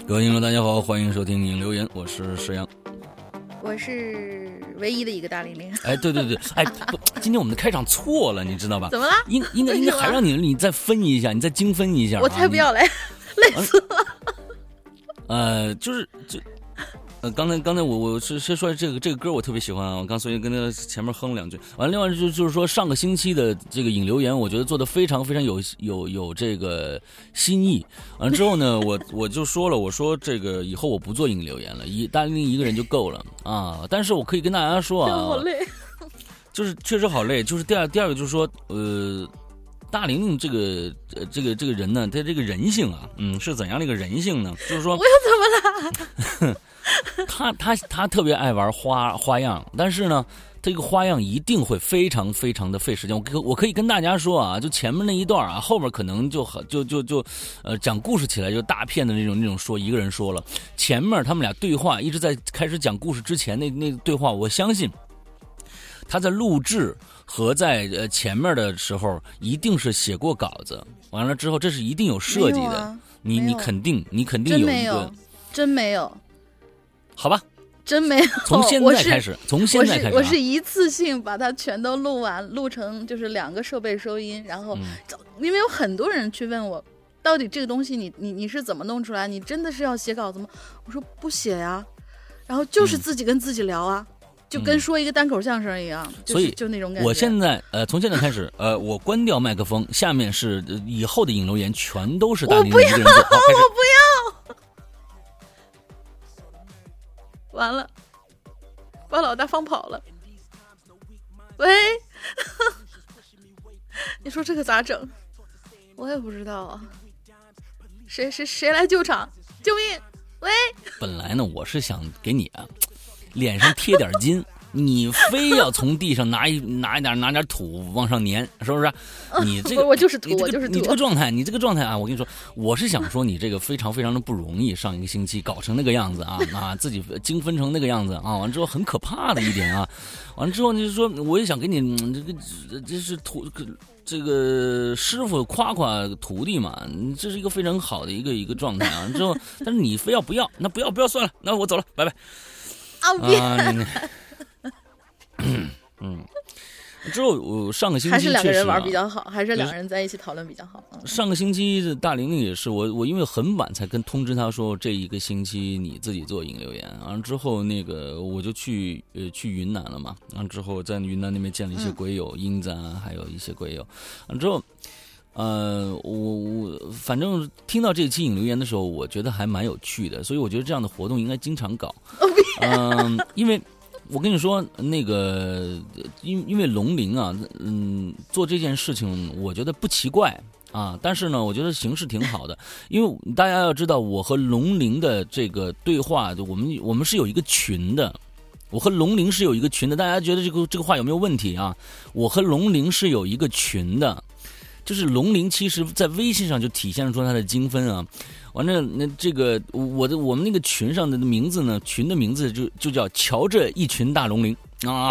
各位听众大家好，欢迎收听影留言，我是石阳， 我是唯一的一个大玲玲。 哎，对，哎，不，今天我们的开场错了，你知道吧？ 怎么了？ 应该还让你再分一下，你再精分一下。 我才不要来，累死了。刚才我是先说这个歌我特别喜欢啊，我刚所以跟他前面哼了两句。完了，另外就是说上个星期的这个影留言，我觉得做的非常非常有这个新意。完了之后呢，我就说了，我说这个以后我不做影留言了，大玲玲一个人就够了啊。但是我可以跟大家说啊， 好累， 就是确实好累。就是第二个就是说大玲玲这个人呢，他这个人性啊，是怎样的一个人性呢？就是说， 我又怎么了？ 他特别爱玩花样，但是呢，这个花样一定会非常非常的费时间。我可以跟大家说啊，就前面那一段啊，后面可能就讲故事起来就大片的那种说一个人说了，前面他们俩对话一直在开始讲故事之前那对话，我相信他在录制和在前面的时候一定是写过稿子，完了之后这是一定有设计的。你肯定有一个真没有。 好吧， 真没有。 从现在开始， 我是一次性把它全都录完，录成就是2个设备收音，然后因为有很多人去问我，到底这个东西你是怎么弄出来？你真的是要写稿子吗？我说不写呀，然后就是自己跟自己聊啊，就跟说一个单口相声一样， 所以就那种感觉。 我现在从现在开始我关掉麦克风，下面是以后的影留言全都是大玲玲一个人做。好，开始。 我不要。完了，把老大放跑了。喂，你说这个咋整？我也不知道啊。谁来救场？救命！喂。 本来呢，我是想给你啊，脸上贴点金。你非要从地上拿点土往上粘，是不是？你这个我就是土，我就是土。 你这个状态啊，我跟你说，我是想说你这个非常非常的不容易，上一个星期搞成那个样子啊，自己精分成那个样子啊，完之后很可怕的一点啊，完之后你就说，我也想给你这是这个师傅夸夸徒弟嘛，这是一个非常好的一个状态啊。之后，但是你非要不要，那不要算了，那我走了，拜拜。之后我上个星期还是2个人玩比较好，还是2人在一起讨论比较好。 上个星期的大玲玲也是我因为很晚才通知他说这一个星期你自己做影留言，然后之后那个我就去云南了嘛，然后之后在云南那边见了一些鬼友，英子啊，还有一些鬼友，然后之后我反正听到这期影留言的时候，我觉得还蛮有趣的，所以我觉得这样的活动应该经常搞。因为我跟你说，那个因为龙鳞啊，做这件事情我觉得不奇怪啊，但是呢，我觉得形式挺好的，因为大家要知道，我和龙鳞的这个对话，我们是有一个群的，我和龙鳞是有一个群的，大家觉得这个话有没有问题啊？我和龙鳞是有一个群的，就是龙鳞其实在微信上就体现出它的精分啊。完了，那这个我们那个群上的名字呢，群的名字就叫瞧着一群大龙鳞啊，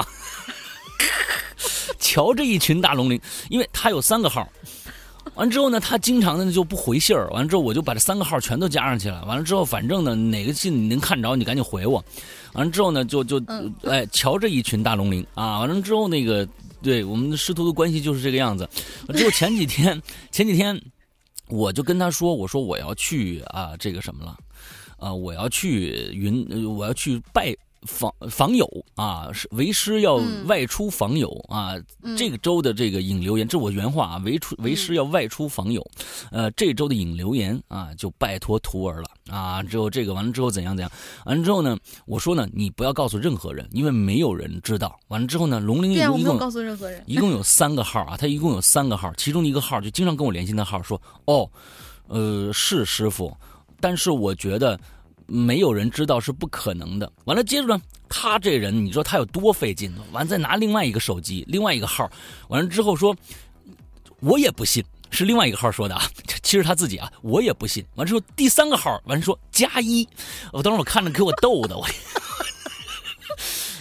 瞧着一群大龙鳞，因为他有3个号。完之后呢，他经常的就不回信儿，完了之后我就把这3个号全都加上去了。完了之后，反正呢哪个信你能看着，你赶紧回我。完了之后呢，就瞧着一群大龙鳞啊。完了之后那个，对我们的师徒的关系就是这个样子。之后前几天。我就跟他说，我说我要去这个什么了，我要去拜访友啊，为师要外出访友啊。这个周的这个影留言，这我原话啊，为师要外出访友，这周的影留言啊，就拜托徒儿了啊。之后这个完了之后怎样，完了之后呢，我说呢，你不要告诉任何人，因为没有人知道。完了之后呢，龙鳞我没有告诉任何人， 一共有3个号啊，他一共有3个号，其中的一个号就经常跟我联系的号说，是师傅，但是我觉得没有人知道是不可能的。完了，接着呢，他这人你知道他有多费劲吗？完再拿另外一个手机，另外一个号，完了之后说，我也不信，是另外一个号说的啊，其实他自己啊，我也不信。完之后第3个号，完说+1，当时我看着给我逗的我。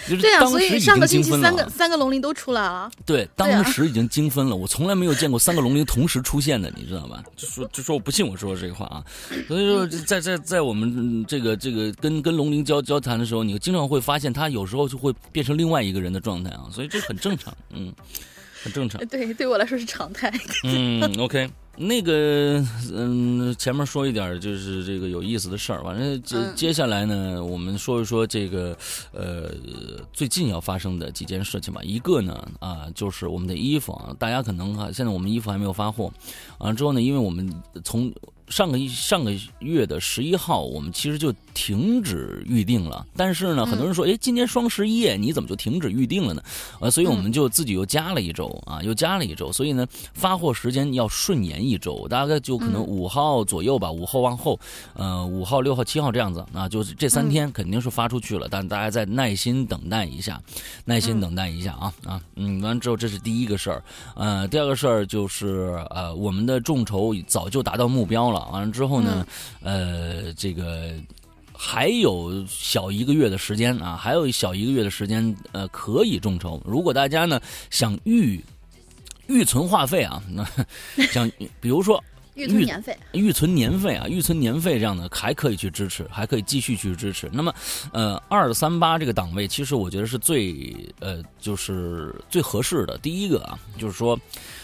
就是对啊， 当时已所以上个星期经精分了。 三个龙鳞都出来了。 对，当时已经精分了，我从来没有见过3个龙鳞同时出现的，你知道吧？就说我不信我说这个话啊。所以说在我们这个跟龙鳞交谈的时候，你经常会发现他有时候就会变成另外一个人的状态啊，所以这很正常，很正常。 对我来说是常态。 OK。那个，前面说一点就是这个有意思的事儿，反正接下来呢，我们说一说这个，最近要发生的几件事情吧。一个呢，就是我们的衣服啊，大家可能现在我们衣服还没有发货，之后呢，因为我们从上个月的11号，我们其实就停止预定了。但是呢，很多人说，今年双11你怎么就停止预定了呢？所以我们就自己又加了一周啊，所以呢，发货时间要顺延1周，大概就可能5号左右吧，5号往后，5号、6号、7号这样子啊，就是这3天肯定是发出去了，但大家再耐心等待一下啊，完之后这是第一个事儿，第二个事儿就是我们的众筹早就达到目标了。完了之后呢，这个还有小1个月的时间啊，可以众筹。如果大家呢想预存话费啊，那像比如说预存年费这样的还可以去支持，还可以继续去支持。那么，238这个档位，其实我觉得是就是最合适的。第一个啊，就是说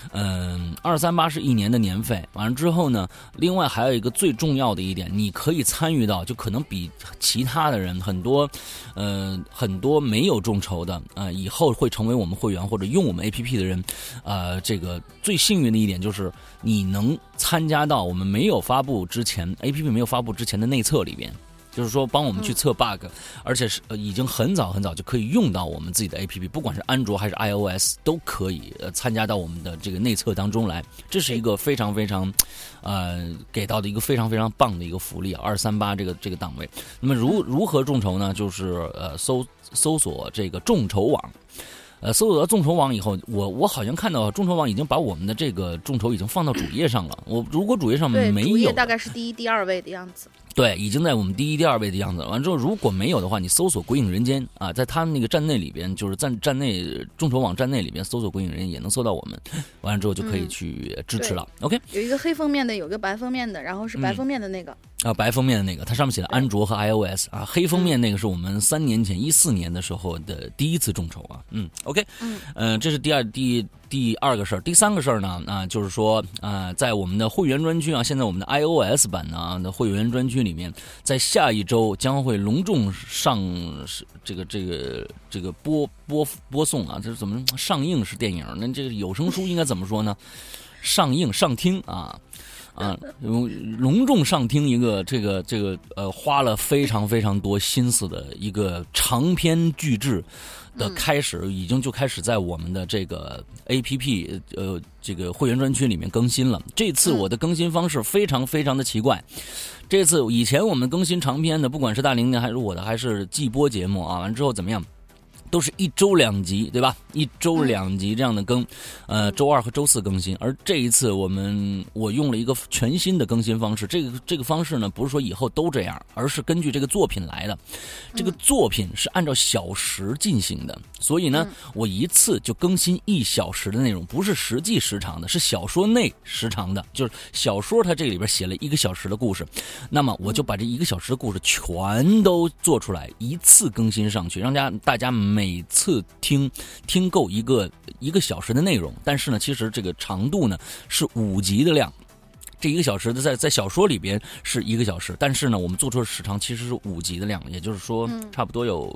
，238是1年的年费，完了之后呢，另外还有一个最重要的一点，你可以参与到，就可能比其他的人很多没有众筹的以后会成为我们会员或者用我们 APP 的人，这个最幸运的一点就是你能参加到我们没有发布之前 APP 没有发布之前的内测里边。就是说帮我们去测 bug，而且是已经很早就可以用到我们自己的 APP， 不管是安卓还是 iOS 都可以参加到我们的这个内测当中来。这是一个非常非常给到的一个非常非常棒的一个福利238这个档位。那么如何众筹呢？就是搜索这个众筹网。搜索到众筹网以后，我好像看到众筹网已经把我们的这个众筹已经放到主页上了。如果主页上没有， 主页大概是第1、第2位的样子。 对，已经在我们第1、第2位的样子了。完之后，如果没有的话，你搜索“鬼影人间”啊，在他们那个站内里边，就是站内众筹网站内里边搜索“鬼影人”也能搜到我们。完了之后就可以去支持了。OK， 有一个黑封面的，有一个白封面的，然后是白封面的那个。 白封面的那个，它上面写的安卓和 iOS 啊，黑封面那个是我们3年前14年的时候的第1次众筹啊。OK，这是第二个事儿。第3个事儿呢，就是说在我们的会员专区啊，现在我们的 iOS 版呢的会员专区里面，在下一周将会隆重上这个播送啊，这是怎么上映是电影？那这个有声书应该怎么说呢？上听啊。隆重上听一个这个花了非常非常多心思的一个长篇巨制的开始，已经就开始在我们的这个 APP 这个会员专区里面更新了。这次我的更新方式非常非常的奇怪。这次以前我们更新长篇的，不管是大龄的还是我的，还是季播节目啊，完之后怎么样？都是1周2集，对吧？1周2集这样的更，周2和周4更新。而这一次我用了一个全新的更新方式，这个方式呢，不是说以后都这样，而是根据这个作品来的。这个作品是按照小时进行的，所以呢，我一次就更新1小时的内容，不是实际时长的，是小说内时长的，就是小说它这里边写了1个小时的故事，那么我就把这1个小时的故事全都做出来，一次更新上去，让大家每次听够一个小时的内容。但是呢，其实这个长度呢是5集的量。这1个小时的在小说里边是1个小时，但是呢，我们做出的时长其实是5集的量，也就是说，差不多有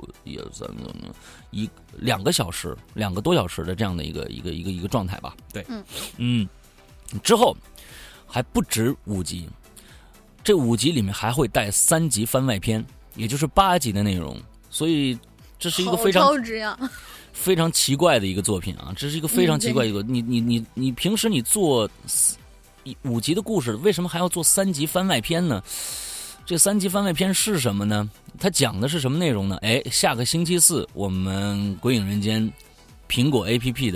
2个小时，2个多小时的这样的一个状态吧。对，之后还不止5集，这5集里面还会带3集番外篇，也就是8集的内容，所以这是一个非常超值呀。 非常奇怪的一个作品啊！这是一个非常奇怪的一个，你平时你做5集的故事，为什么还要做3集番外篇呢？这3集番外篇是什么呢？它讲的是什么内容呢？下个星期4我们鬼影人间苹果 APP 的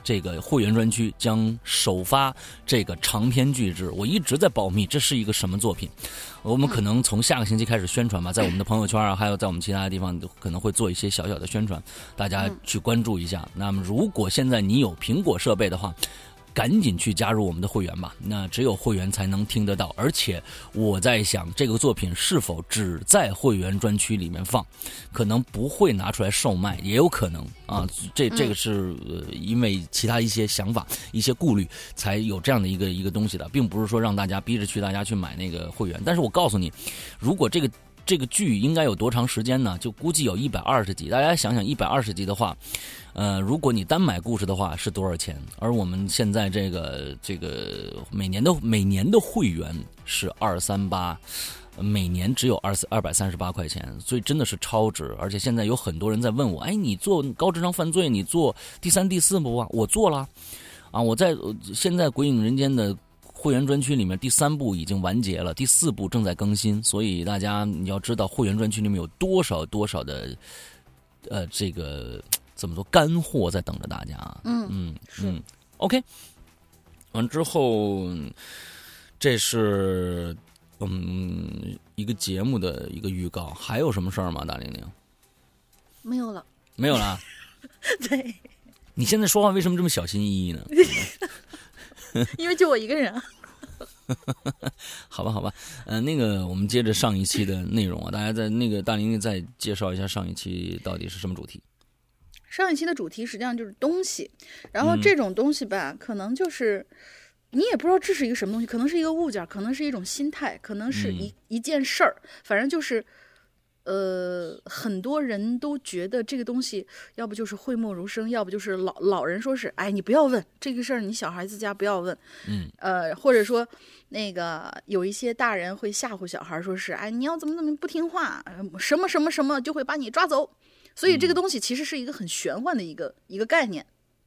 这个会员专区将首发这个长篇巨制，我一直在保密，这是一个什么作品？我们可能从下个星期开始宣传吧，在我们的朋友圈啊，还有在我们其他的地方可能会做一些小小的宣传，大家去关注一下。那么，如果现在你有苹果设备的话，赶紧去加入我们的会员吧，那只有会员才能听得到。而且我在想，这个作品是否只在会员专区里面放，可能不会拿出来售卖，也有可能啊。这个是因为其他一些想法、一些顾虑，才有这样的一个东西的，并不是说让大家逼着大家去买那个会员。但是我告诉你，如果这个剧应该有多长时间呢？就估计有120集。大家想想120集的话，如果你单买故事的话是多少钱？而我们现在这个每年的会员是238，每年只有238块钱，所以真的是超值。而且现在有很多人在问我，哎，你做高智商犯罪，你做第3、第4部啊？我做了啊，我在现在《鬼影人间》的会员专区里面第3部已经完结了，第4部正在更新，所以大家你要知道会员专区里面有多少的这个怎么说干货在等着大家。OK， 完之后这是一个节目的一个预告，还有什么事儿吗？大玲玲没有了， 没有了。 对， 你现在说话为什么这么小心翼翼呢？ 因为就我一个人啊。 好吧，那个我们接着上一期的内容啊，大家在那个大玲玲再介绍一下上一期到底是什么主题。 上一期的主题实际上就是东西，然后这种东西吧，可能就是你也不知道这是一个什么东西，可能是一个物件，可能是一种心态，可能是一件事儿，反正就是很多人都觉得这个东西要不就是讳莫如深，要不就是老人说是，哎，你不要问这个事儿，你小孩子家不要问，或者说那个有一些大人会吓唬小孩，说是，哎，你要怎么不听话，什么什么什么就会把你抓走，所以这个东西其实是一个很玄幻的一个概念。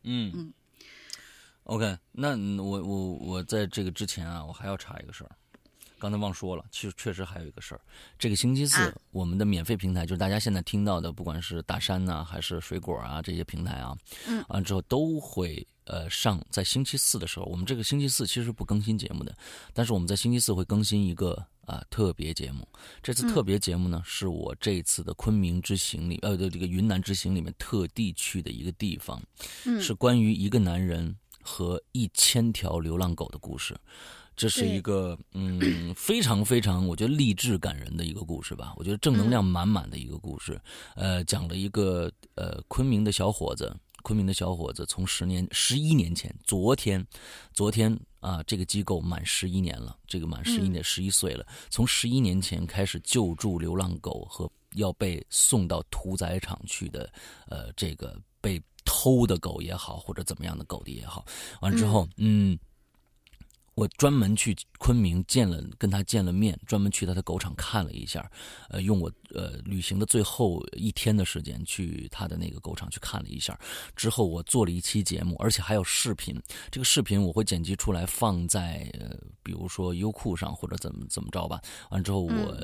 OK， 那我在这个之前啊，我还要插一个事儿。刚才忘说了，其实确实还有一个事儿。这个星期四，我们的免费平台，就是大家现在听到的，不管是大山呐、还是水果啊这些平台啊，完之后都会上在星期四的时候，我们这个星期四其实不更新节目的，但是我们在星期四会更新一个特别节目。这次特别节目呢，是我这一次的昆明之行里，这个云南之行里面特地去的一个地方，是关于一个男人和1000条流浪狗的故事。这是一个非常非常我觉得励志感人的一个故事吧，我觉得正能量满满的一个故事。讲了一个昆明的小伙子从11年前，昨天啊，这个机构满11年了，这个满11年11岁了，从11年前开始救助流浪狗和要被送到屠宰场去的这个被偷的狗也好，或者怎么样的狗的也好，完之后我专门去昆明跟他见了面，专门去他的狗场看了一下，用我旅行的最后1天的时间去他的那个狗场去看了一下，之后我做了一期节目，而且还有视频。这个视频我会剪辑出来放在比如说优酷上或者怎么着吧。完之后我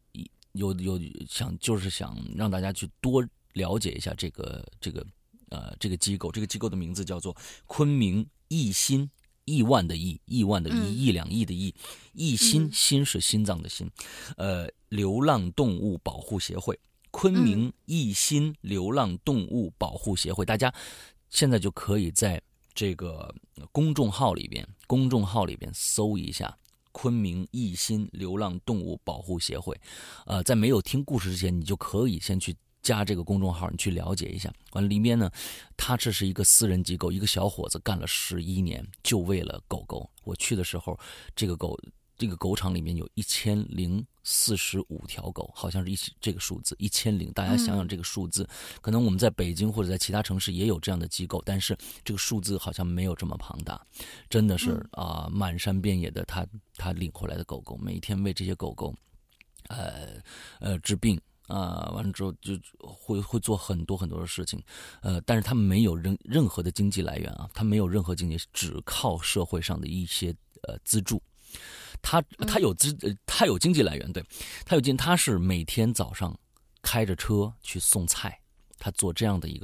想让大家去多了解一下这个机构，这个机构的名字叫做昆明亿心。亿万的亿，亿万的亿，亿两亿的亿，亿心，心是心脏的心，流浪动物保护协会，昆明亿心流浪动物保护协会，大家现在就可以在这个公众号里边搜一下昆明亿心流浪动物保护协会，在没有听故事之前，你就可以先去加这个公众号，你去了解一下。完了，里面呢，这是一个私人机构，一个小伙子干了11年，就为了狗狗。我去的时候，这个狗场里面有1045条狗，好像是这个数字1000。大家想想这个数字，可能我们在北京或者在其他城市也有这样的机构，但是这个数字好像没有这么庞大。真的是满山遍野的他领回来的狗狗，每一天为这些狗狗治病。完了之后就会做很多很多的事情，但是他们没有任何的经济来源啊，他没有任何经济，只靠社会上的一些资助。他有经济来源，对，他是每天早上开着车去送菜，他做这样的一个事，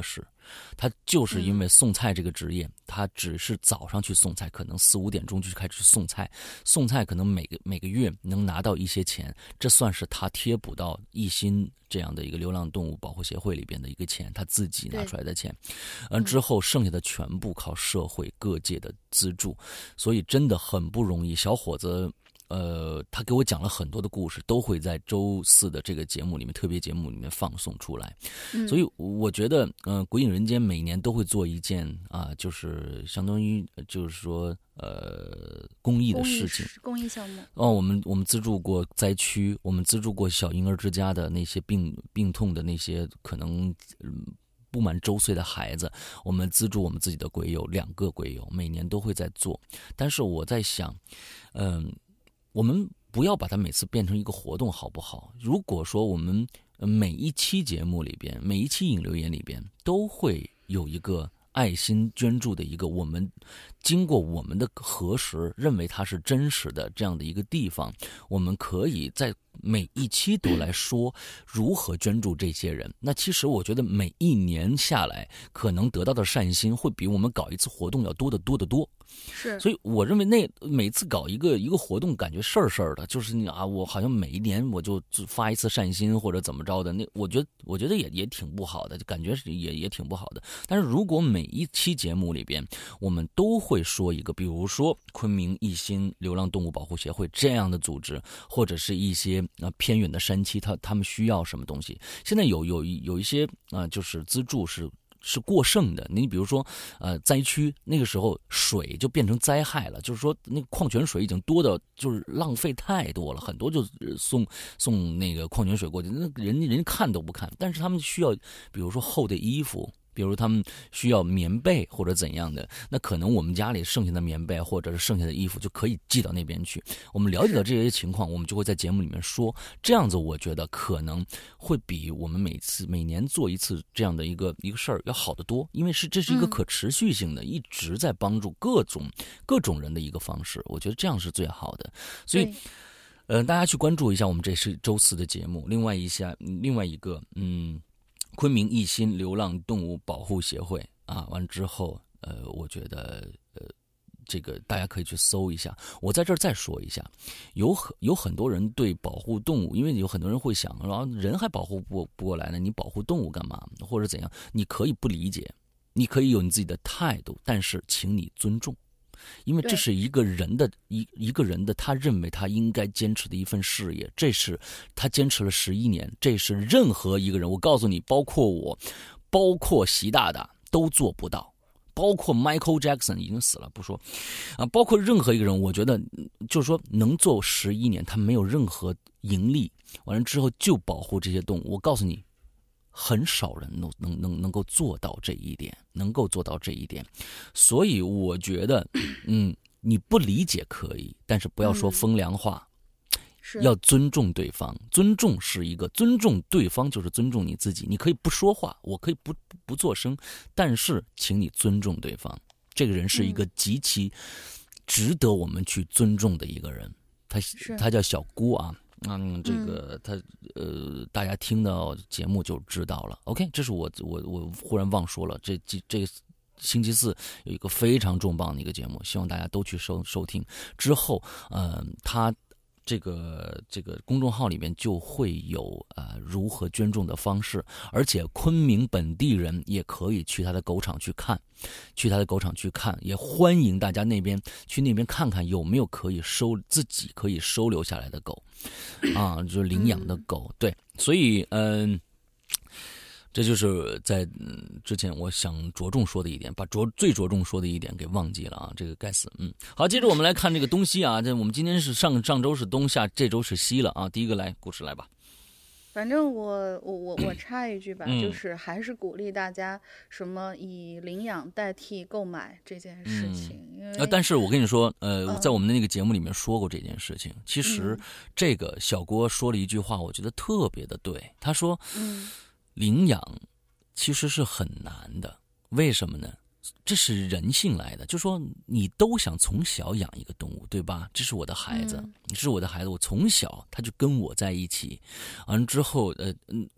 他就是因为送菜这个职业，他只是早上去送菜，可能4、5点钟就开始送菜，送菜可能每个月能拿到一些钱，这算是他贴补到一心这样的一个流浪动物保护协会里边的一个钱，他自己拿出来的钱，之后剩下的全部靠社会各界的资助，所以真的很不容易。小伙子他给我讲了很多的故事，都会在周4的这个节目里面，特别节目里面放送出来。所以我觉得，鬼影人间每年都会做一件就是相当于就是说公益的事情， 公益项目。 我们资助过灾区，我们资助过小婴儿之家的那些病痛的那些可能不满周岁的孩子，我们资助我们自己的鬼友，2个鬼友，每年都会在做。但是我在想，我们不要把它每次变成一个活动，好不好？如果说我们每一期节目里边，每一期引流言里边，都会有一个爱心捐助的一个，我们经过我们的核实，认为它是真实的这样的一个地方，我们可以在每一期都来说如何捐助这些人。那其实我觉得每一年下来，可能得到的善心会比我们搞一次活动要多得多得多。 是， 所以我认为每次搞一个活动，感觉事儿的，就是我好像每一年我就发一次善心或者怎么着的，那我觉得也挺不好的，就感觉也挺不好的。但是如果每一期节目里边，我们都会说一个，比如说昆明一心流浪动物保护协会这样的组织，或者是一些偏远的山区，他们需要什么东西？现在有一些就是资助是过剩的。你比如说，灾区那个时候水就变成灾害了，就是说那矿泉水已经多到就是浪费太多了，很多就送那个矿泉水过去，那人家看都不看，但是他们需要，比如说厚的衣服。比如他们需要棉被或者怎样的，那可能我们家里剩下的棉被或者是剩下的衣服就可以寄到那边去。我们了解到这些情况，我们就会在节目里面说，这样子我觉得可能会比我们每年做一次这样的一个事儿要好得多，因为这是一个可持续性的，一直在帮助各种人的一个方式，我觉得这样是最好的。所以大家去关注一下我们这是周4的节目。另外一个昆明一心流浪动物保护协会完之后，我觉得这个大家可以去搜一下。我在这儿再说一下，有很多人对保护动物，因为有很多人会想，然后人还保护不过来呢，你保护动物干嘛？或者怎样？你可以不理解，你可以有你自己的态度，但是请你尊重。因为这是一个人的一个人的他认为他应该坚持的一份事业，这是他坚持了11年，这是任何一个人，我告诉你，包括我，包括习大大都做不到，包括 Michael Jackson 已经死了不说包括任何一个人，我觉得就是说能做11年，他没有任何盈利，完了之后就保护这些动物，我告诉你，很少人能够做到这一点，所以我觉得，你不理解可以，但是不要说风凉话，要尊重对方。尊重是一个，尊重对方就是尊重你自己。你可以不说话，我可以不作声，但是请你尊重对方。这个人是一个极其值得我们去尊重的一个人，他叫小姑啊。这个他大家听到节目就知道了。OK， 这是我忽然忘说了，这个星期4有一个非常重磅的一个节目，希望大家都去收听。之后，他这个公众号里面就会有如何捐助的方式，而且昆明本地人也可以去他的狗场去看，也欢迎大家去那边看看有没有自己可以收留下来的狗就是领养的狗。对，所以这就是在之前我想着重说的一点，把最着重说的一点给忘记了这个该死。好，接着我们来看这个东西我们今天是上周是东，这周是西了第一个故事来吧。 反正我插一句吧，就是还是鼓励大家什么以领养代替购买这件事情。因为但是我跟你说，在我们的那个节目里面说过这件事情。其实这个小郭说了一句话，我觉得特别的对。他说，领养其实是很难的，为什么呢？这是人性来的，就说你都想从小养一个动物，对吧？这是我的孩子，这是我的孩子，我从小他就跟我在一起，完之后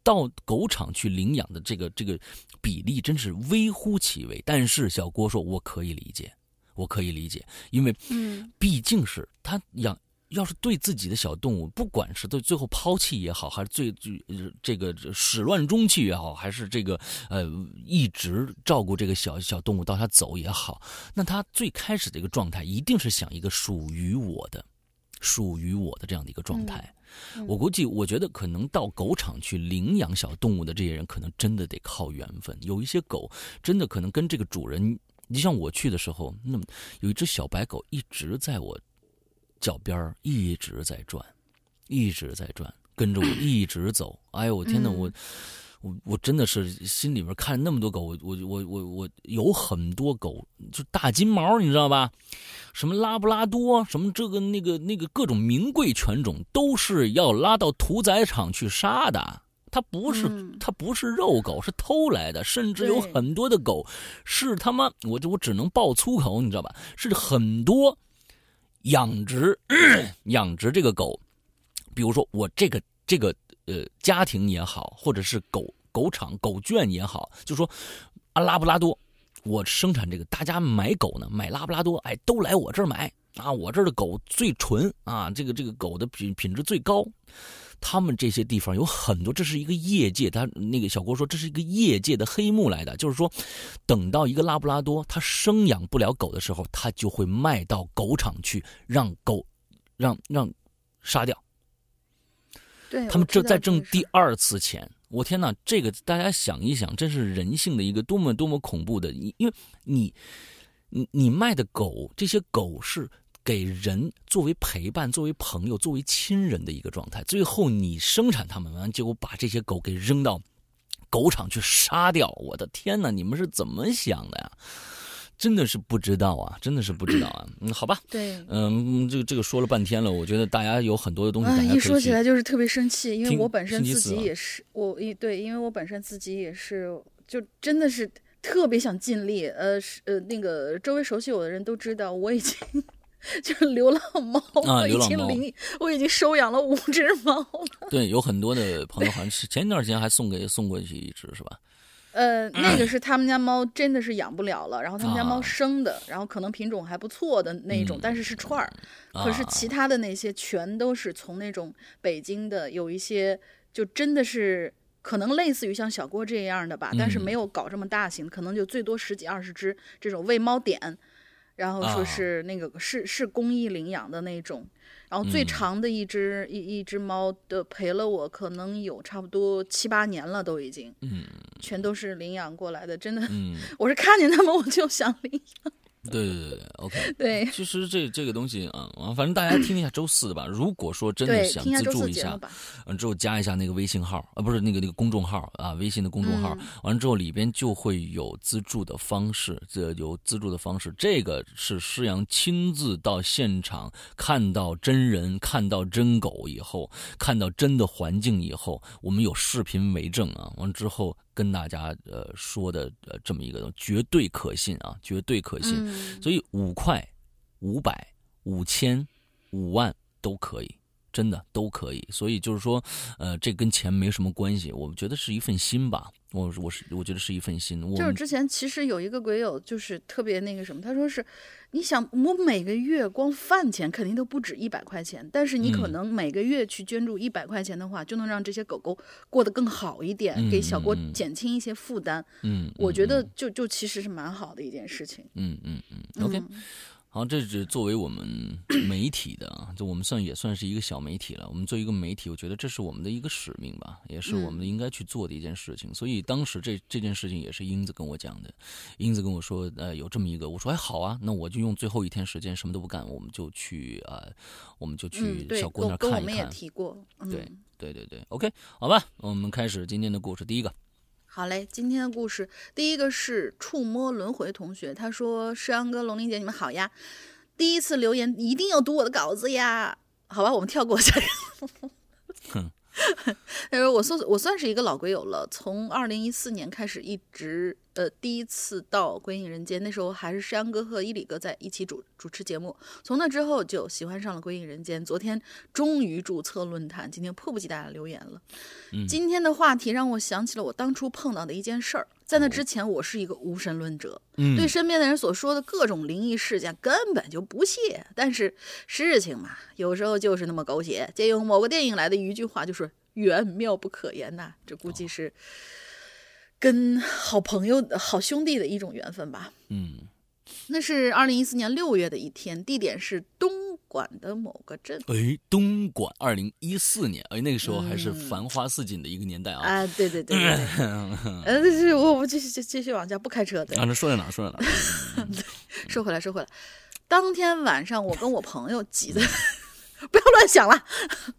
到狗场去领养的这个比例真是微乎其微。但是小郭说，我可以理解，因为毕竟是他要是对自己的小动物，不管是对最后抛弃也好，还是这个始乱终弃也好，还是这个一直照顾这个小动物到它走也好，那他最开始的一个状态一定是想一个属于我的这样的一个状态。我觉得可能到狗场去领养小动物的这些人，可能真的得靠缘分。有一些狗真的可能跟这个主人，你像我去的时候，那么有一只小白狗一直在我脚边一直在转，跟着我一直走。哎呦，我天哪！我真的是心里面看那么多狗，我有很多狗，就大金毛，你知道吧？什么拉布拉多，什么这个那个各种名贵犬种，都是要拉到屠宰场去杀的。它不是肉狗，是偷来的，甚至有很多的狗是他妈，我只能爆粗口，你知道吧？是很多养殖这个狗，比如说我这个家庭也好，或者是狗场狗圈也好，就说拉布拉多，我生产这个，大家买狗呢，买拉布拉多，哎，都来我这儿买啊，我这儿的狗最纯啊，这个狗的品质最高。他们这些地方有很多，这是一个业界，他那个小郭说这是一个业界的黑幕来的，就是说等到一个拉布拉多他生养不了狗的时候，他就会卖到狗场去，让狗让杀掉。 对， 他们这在挣第二次钱。我天哪，这个大家想一想，真是人性的一个多么多么恐怖的。因为你卖的狗，这些狗是给人作为陪伴、作为朋友、作为亲人的一个状态，最后你生产它们完，结果把这些狗给扔到狗场去杀掉。我的天哪，你们是怎么想的呀？真的是不知道啊。好吧， 对， 这个说了半天了，我觉得大家有很多的东西大家可以一说起来就是特别生气，因为我本身自己也是，因为我本身自己也是，就真的是特别想尽力。那个周围熟悉我的人都知道，我已经就是流浪猫，我已经收养了5只猫了。 对，有很多的朋友好像是前一段时间还送过去一只，是吧？ 那个是他们家猫真的是养不了了，然后他们家猫生的，然后可能品种还不错的那种，但是串儿。可是其他的那些全都是从那种北京的，有一些就真的是可能类似于像小郭这样的吧，但是没有搞这么大型，可能就最多10几20只这种喂猫点，然后说是那个是公益领养的那种。然后最长的一只猫的陪了我，可能有差不多7、8年了，都已经，全都是领养过来的，真的，我是看见他们我就想领养。 对 ，OK， 对， 其实这个东西啊，反正大家听一下周4的吧。如果说真的想资助一下，之后加一下那个微信号不是那个公众号啊，微信的公众号，完了之后里边就会有资助的方式，这个是施洋亲自到现场看到真人，看到真狗以后，看到真的环境以后，我们有视频为证啊，完了之后跟大家说的这么一个绝对可信啊，绝对可信。所以5块、500、5000、5万都可以，真的都可以。所以就是说，这跟钱没什么关系，我觉得是一份心吧。我觉得是一份心。 就是之前其实有一个鬼友就是特别那个什么，他说是，你想我每个月光饭钱肯定都不止100块钱，但是你可能每个月去捐助100块钱的话，就能让这些狗狗过得更好一点，给小郭减轻一些负担。我觉得就其实是蛮好的一件事情。 OK。好，这是作为我们媒体的啊，就我们也算是一个小媒体了。我们做一个媒体，我觉得这是我们的一个使命吧，也是我们应该去做的一件事情。所以当时这件事情也是英子跟我讲的，英子跟我说，有这么一个，我说哎好啊，那我就用最后一天时间什么都不干，我们就去小郭那儿看一看。 我们也提过。 对 ，OK， 好吧，我们开始今天的故事，第一个。 好嘞，今天的故事第一个是触摸轮回同学，他说：施洋哥、龙玲姐，你们好呀！第一次留言一定要读我的稿子呀！好吧，我们跳过下。他说我算是一个老鬼友了，从2014年开始一直第一次到归隐人间，那时候还是石阳哥和伊里哥在一起主持节目，从那之后就喜欢上了归隐人间。昨天终于注册论坛，今天迫不及待的留言了。今天的话题让我想起了我当初碰到的一件事儿。在那之前，我是一个无神论者，对身边的人所说的各种灵异事件根本就不屑。但是事情嘛，有时候就是那么狗血。借用某个电影来的一句话，就是缘妙不可言呐。这估计是跟好朋友、好兄弟的一种缘分吧。那是2014年6月的一天，地点是东莞的某个镇。 东莞，2014年，那个时候还是繁花似锦的一个年代啊。 对。我继续往下，不开车的。 那说在哪？ 说回来，当天晚上我跟我朋友挤的，不要乱想了。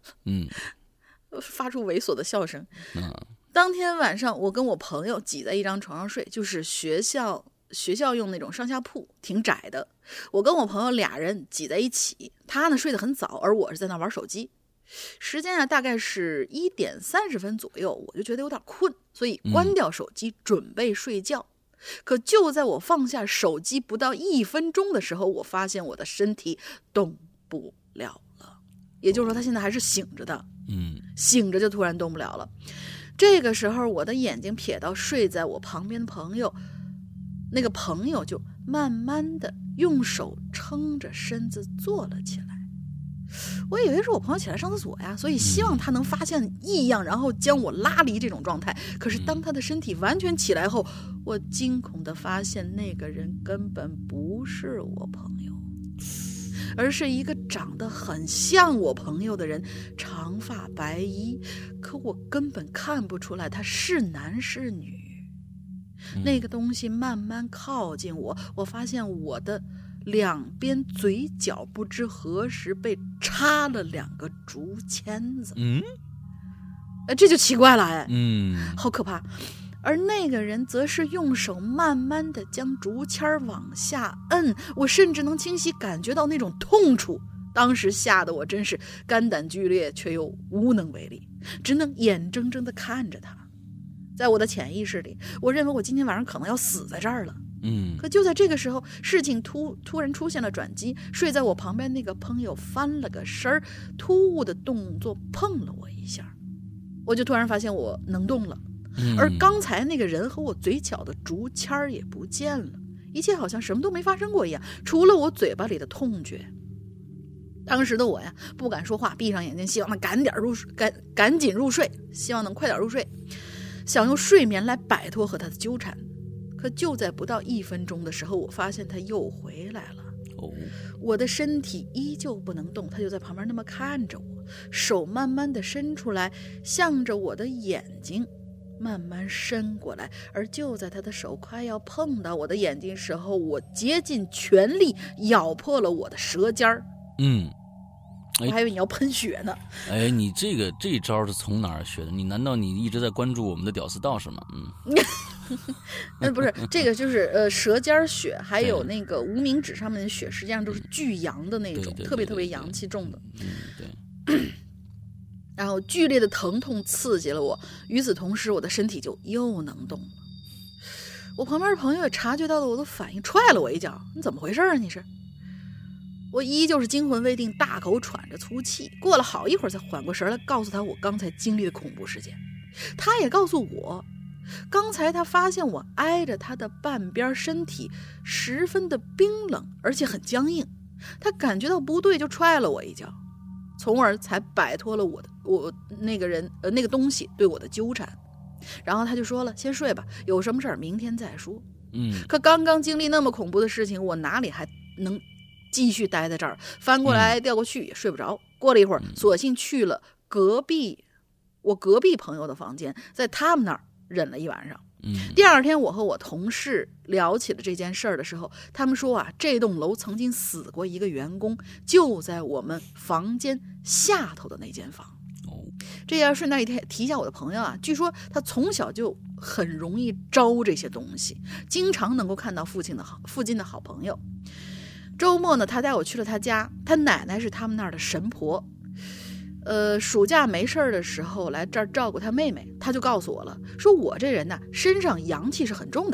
发出猥琐的笑声。当天晚上我跟我朋友挤在一张床上睡，就是学校用那种上下铺，挺窄的。我跟我朋友俩人挤在一起，他呢睡得很早，而我是在那玩手机。时间大概是1点30分左右，我就觉得有点困，所以关掉手机准备睡觉。可就在我放下手机不到1分钟的时候，我发现我的身体动不了了，也就是说他现在还是醒着的。醒着就突然动不了了。这个时候我的眼睛瞥到睡在我旁边的朋友，那个朋友就慢慢的用手撑着身子坐了起来。我以为是我朋友起来上厕所呀，所以希望他能发现异样，然后将我拉离这种状态。可是当他的身体完全起来后，我惊恐的发现那个人根本不是我朋友，而是一个长得很像我朋友的人，长发白衣，可我根本看不出来他是男是女。那个东西慢慢靠近我，我发现我的两边嘴角不知何时被插了2个竹签子。这就奇怪了。好可怕。而那个人则是用手慢慢的将竹签往下摁，我甚至能清晰感觉到那种痛楚。当时吓得我真是肝胆俱裂，却又无能为力，只能眼睁睁地看着他。在我的潜意识里，我认为我今天晚上可能要死在这儿了。可就在这个时候，事情突然出现了转机。睡在我旁边那个朋友翻了个身，突兀的动作碰了我一下，我就突然发现我能动了。而刚才那个人和我嘴角的竹签也不见了，一切好像什么都没发生过一样，除了我嘴巴里的痛觉。当时的我呀，不敢说话，闭上眼睛，希望他赶紧入睡，希望能快点入睡，想用睡眠来摆脱和他的纠缠。可就在不到1分钟的时候，我发现他又回来了。我的身体依旧不能动，他就在旁边那么看着我，手慢慢的伸出来，向着我的眼睛慢慢伸过来。而就在他的手快要碰到我的眼睛时候，我竭尽全力咬破了我的舌尖儿。我还以为你要喷血呢。 你这一招是从哪儿学的？难道你一直在关注我们的屌丝道士吗？ 不是，这个就是舌尖血，还有那个无名指上面的血，实际上都是巨阳的那种，特别阳气重的。 对。 然后剧烈的疼痛刺激了我，与此同时，我的身体就又能动了。我旁边的朋友也察觉到了我的反应，踹了我一脚：“你怎么回事啊？你是？”我依旧是惊魂未定，大口喘着粗气。过了好一会儿才缓过神来，告诉他我刚才经历的恐怖事件。他也告诉我，刚才他发现我挨着他的半边身体十分的冰冷，而且很僵硬。他感觉到不对，就踹了我一脚，从而才摆脱了我那个东西对我的纠缠。然后他就说了：“先睡吧，有什么事儿明天再说。”可刚刚经历那么恐怖的事情，我哪里还能继续待在这儿？翻过来调过去也睡不着。过了一会儿，索性去了我隔壁朋友的房间，在他们那儿忍了一晚上。第二天，我和我同事聊起了这件事儿的时候，他们说这栋楼曾经死过一个员工，就在我们房间下头的那间房。这要顺带提一下我的朋友据说他从小就很容易招这些东西，经常能够看到附近的好朋友。周末呢，他带我去了他家，他奶奶是他们那儿的神婆。暑假没事的时候来这儿照顾他妹妹，他就告诉我了，说我这人呢，身上阳气是很重的，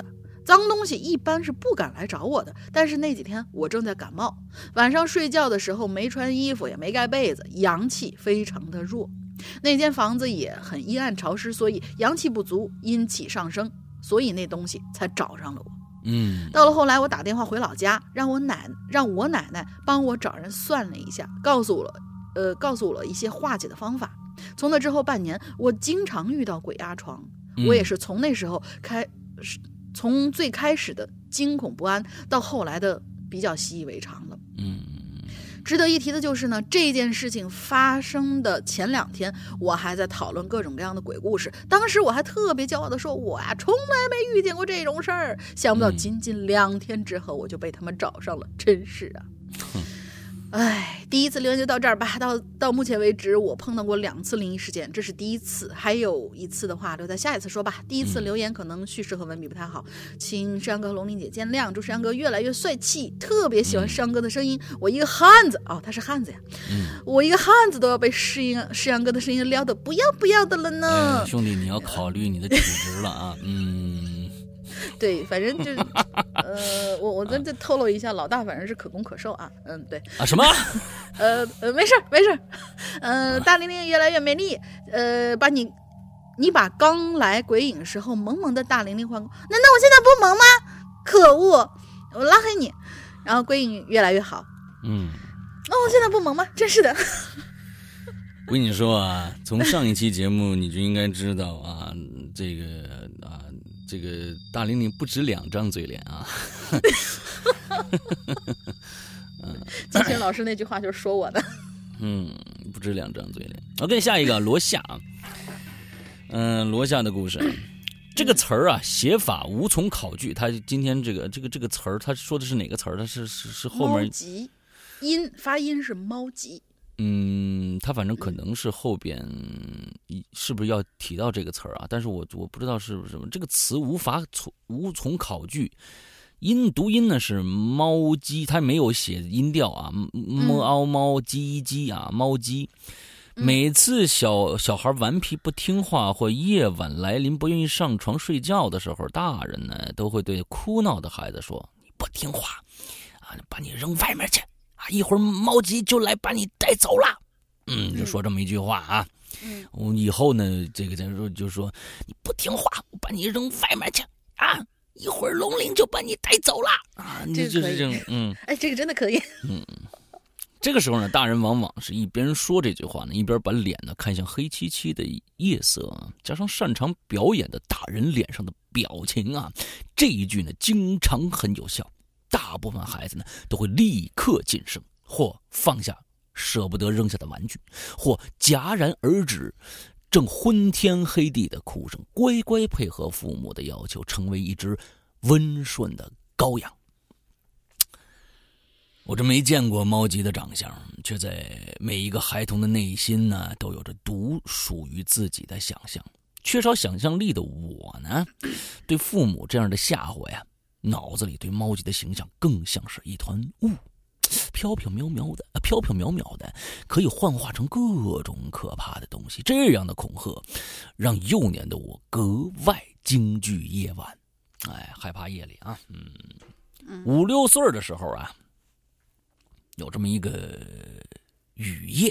脏东西一般是不敢来找我的，但是那几天我正在感冒，晚上睡觉的时候没穿衣服也没盖被子，阳气非常的弱。那间房子也很阴暗潮湿，所以阳气不足，阴气上升，所以那东西才找上了我。到了后来，我打电话回老家，让我奶奶帮我找人算了一下，告诉我了一些化解的方法。从那之后半年，我经常遇到鬼压床，我也是从那时候从最开始的惊恐不安，到后来的比较习以为常了。值得一提的就是呢，这件事情发生的前2天，我还在讨论各种各样的鬼故事。当时我还特别骄傲地说，我呀从来没遇见过这种事儿。想不到仅仅2天之后，我就被他们找上了，真是啊。第一次留言就到这儿吧。到目前为止，我碰到过2次灵异事件，这是第一次，还有一次的话留在下一次说吧。第一次留言可能叙事和文笔不太好，请山哥和龙玲姐见谅。祝山哥越来越帅气，特别喜欢山哥的声音。我一个汉子他是汉子呀，我一个汉子都要被诗阳哥的声音撩得不要的了呢。 兄弟，你要考虑你的体质了啊。 对，反正就我跟这透露一下，老大反正是可攻可受啊。对啊，什么？ 没事。大玲玲越来越美丽。你把刚来鬼影时候萌萌的大玲玲换过，难道我现在不萌吗？可恶，我拉黑你。然后鬼影越来越好。我现在不萌吗？真是的。 我跟你说啊，从上一期节目你就应该知道啊，这个大玲玲不止2张嘴脸啊。 金星老师那句话就是说我的。 不止2张嘴脸。OK， 下一个罗夏。罗夏的故事。这个词儿啊，写法无从考据。他今天这个词儿，他说的是哪个词儿？他是后面。猫吉，发音是猫吉。 他反正可能是后边是不是要提到这个词儿啊？但是我不知道是不是这个词无从考据。读音呢是猫鸡，它没有写音调啊，猫鸡啊，猫鸡。每次小孩顽皮不听话或夜晚来临不愿意上床睡觉的时候，大人呢都会对哭闹的孩子说：“你不听话啊，把你扔外面去啊，一会儿猫鸡就来把你带走了。”就说这么一句话啊。我以后呢，这个就说你不听话，我把你扔外面去啊，一会儿龙鳞就把你带走了啊。你就是这种， 这个真的可以。 这个时候呢，大人往往是一边说这句话呢，一边把脸呢看向黑漆漆的夜色，加上擅长表演的大人脸上的表情啊，这一句呢经常很有效。大部分孩子呢都会立刻噤声，或放下舍不得扔下的玩具，或戛然而止正昏天黑地的哭声，乖乖配合父母的要求，成为一只温顺的羔羊。我这没见过猫吉的长相，却在每一个孩童的内心呢，都有着独属于自己的想象。缺少想象力的我呢，对父母这样的吓唬呀，脑子里对猫吉的形象更像是一团雾，飘飘渺渺的，可以幻化成各种可怕的东西。这样的恐吓，让幼年的我格外惊惧夜晚，害怕夜里啊。5、6岁的时候啊。有这么一个雨夜，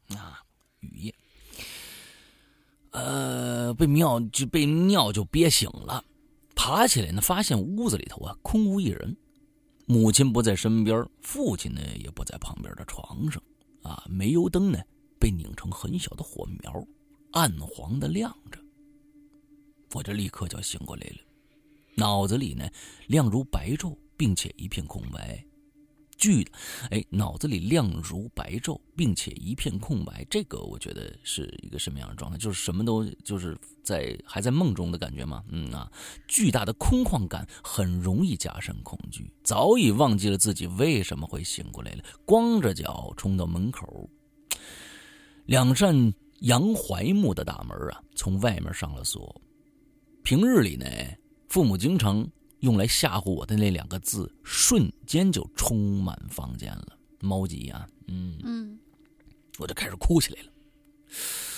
被尿就憋醒了，爬起来呢，发现屋子里头啊空无一人，母亲不在身边，父亲呢也不在旁边的床上啊，煤油灯呢被拧成很小的火苗，暗黄的亮着，我这立刻就醒过来了，脑子里呢亮如白昼，并且一片空白。脑子里亮如白昼，并且一片空白，这个我觉得是一个什么样的状态？就是什么都就是还在梦中的感觉吗？巨大的空旷感很容易加深恐惧，早已忘记了自己为什么会醒过来了，光着脚冲到门口，2扇洋槐木的大门啊，从外面上了锁。平日里呢，父母经常用来吓唬我的那2个字，瞬间就充满房间了。猫吉啊，我就开始哭起来了。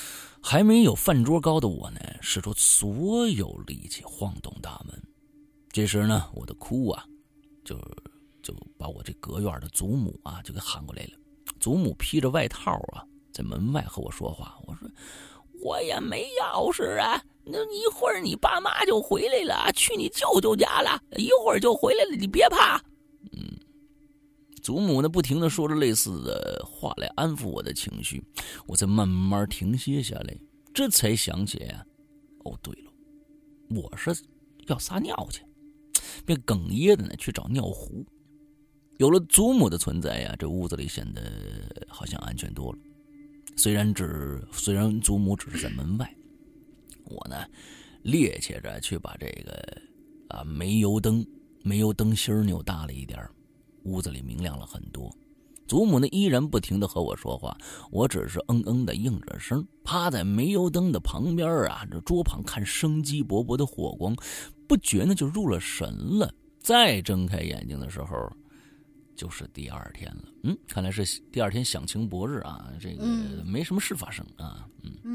还没有饭桌高的我呢，使出所有力气晃动大门， 这时呢，我的哭啊，就把我这隔院的祖母啊就给喊过来了。祖母披着外套啊，在门外和我说话。我说我也没钥匙啊，那一会儿你爸妈就回来了，去你舅舅家了，一会儿就回来了，你别怕。祖母呢不停地说着类似的话来安抚我的情绪，我才慢慢停歇下来，这才想起啊，哦对了，我是要撒尿去，便哽咽的呢去找尿壶。有了祖母的存在呀，这屋子里显得好像安全多了。虽然祖母只是在门外，我呢趔趄着去把这个煤油灯芯扭大了一点，屋子里明亮了很多。祖母呢依然不停地和我说话，我只是的应着声，趴在煤油灯的旁边啊，这桌旁看生机勃勃的火光，不觉呢就入了神了。再睁开眼睛的时候，就是第二天了。看来是第二天响晴博日啊，这个没什么事发生啊。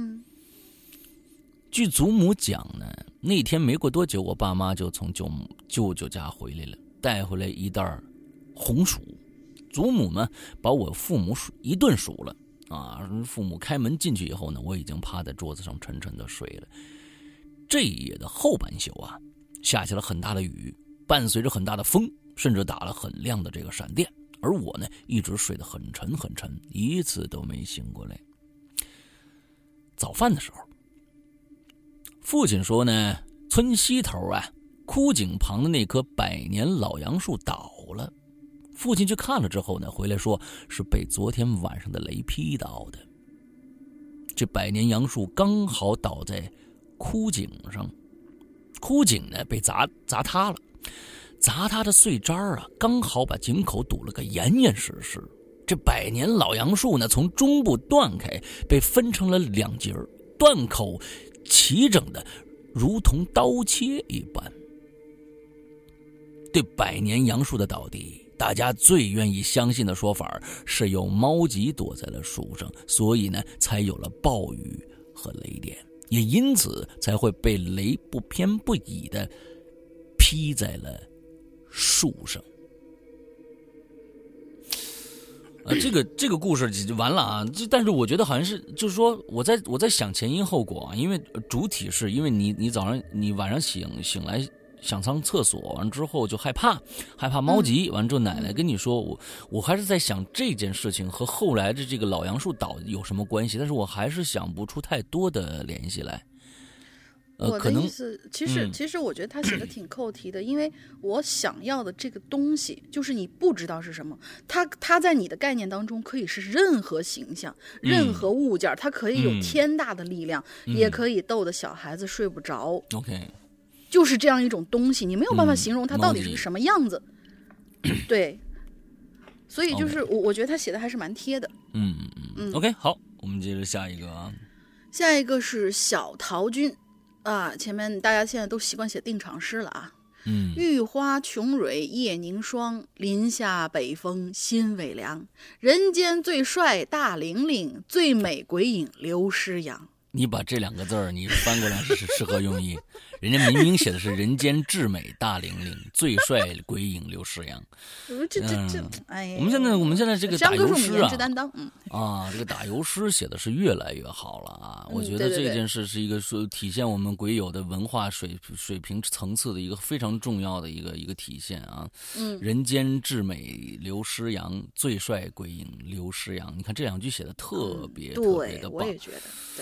据祖母讲呢，那天没过多久，我爸妈就从舅舅家回来了，带回来一袋红薯。祖母呢把我父母一顿数了啊。父母开门进去以后呢，我已经趴在桌子上沉沉的睡了。这一夜的后半宿啊，下起了很大的雨，伴随着很大的风，甚至打了很亮的这个闪电，而我呢一直睡得很沉，一次都没醒过来。早饭的时候，父亲说呢，村西头啊枯井旁的那棵100年老杨树倒了。父亲去看了之后呢，回来说是被昨天晚上的雷劈到的。这100年杨树刚好倒在枯井上，枯井呢被砸塌了，砸塌的碎渣啊，刚好把井口堵了个严严实实。这100年老杨树呢，从中部断开，被分成了2截，断口齐整的如同刀切一般。对100年杨树的倒地，大家最愿意相信的说法是有猫疾躲在了树上，所以呢才有了暴雨和雷电，也因此才会被雷不偏不倚的劈在了树上。这个故事就完了啊！但是我觉得好像是，就是说我在想前因后果啊，因为主体是因为你晚上醒来想上厕所，完之后就害怕猫疾，完之后奶奶跟你说，我还是在想这件事情和后来的这个老杨树倒有什么关系，但是我还是想不出太多的联系来。 我的意思，其实我觉得他写的挺扣题的，因为我想要的这个东西，就是你不知道是什么，它在你的概念当中可以是任何形象、任何物件，它可以有天大的力量，也可以逗得小孩子睡不着。 OK， 就是这样一种东西，你没有办法形容它到底是个什么样子。对，所以就是我觉得他写的还是蛮贴的。 OK， 好，我们接着下一个啊。 下一个是小陶君。前面大家现在都习惯写定场诗了啊。玉花琼蕊夜凝霜，林下北风心未凉。人间最帅大玲玲，最美鬼影刘诗阳。 你把这2个字你翻过来是适合用意，人家明明写的是人间至美大玲玲，最帅鬼影刘诗阳。 哎， 我们现在这个打油诗啊，这个打油诗写的是越来越好了啊！我觉得这件事是一个说体现我们鬼友的文化水平层次的一个非常重要的一个体现啊。人间至美刘诗阳，最帅鬼影刘诗阳。你看这2句写的特别的棒， 我也觉得对。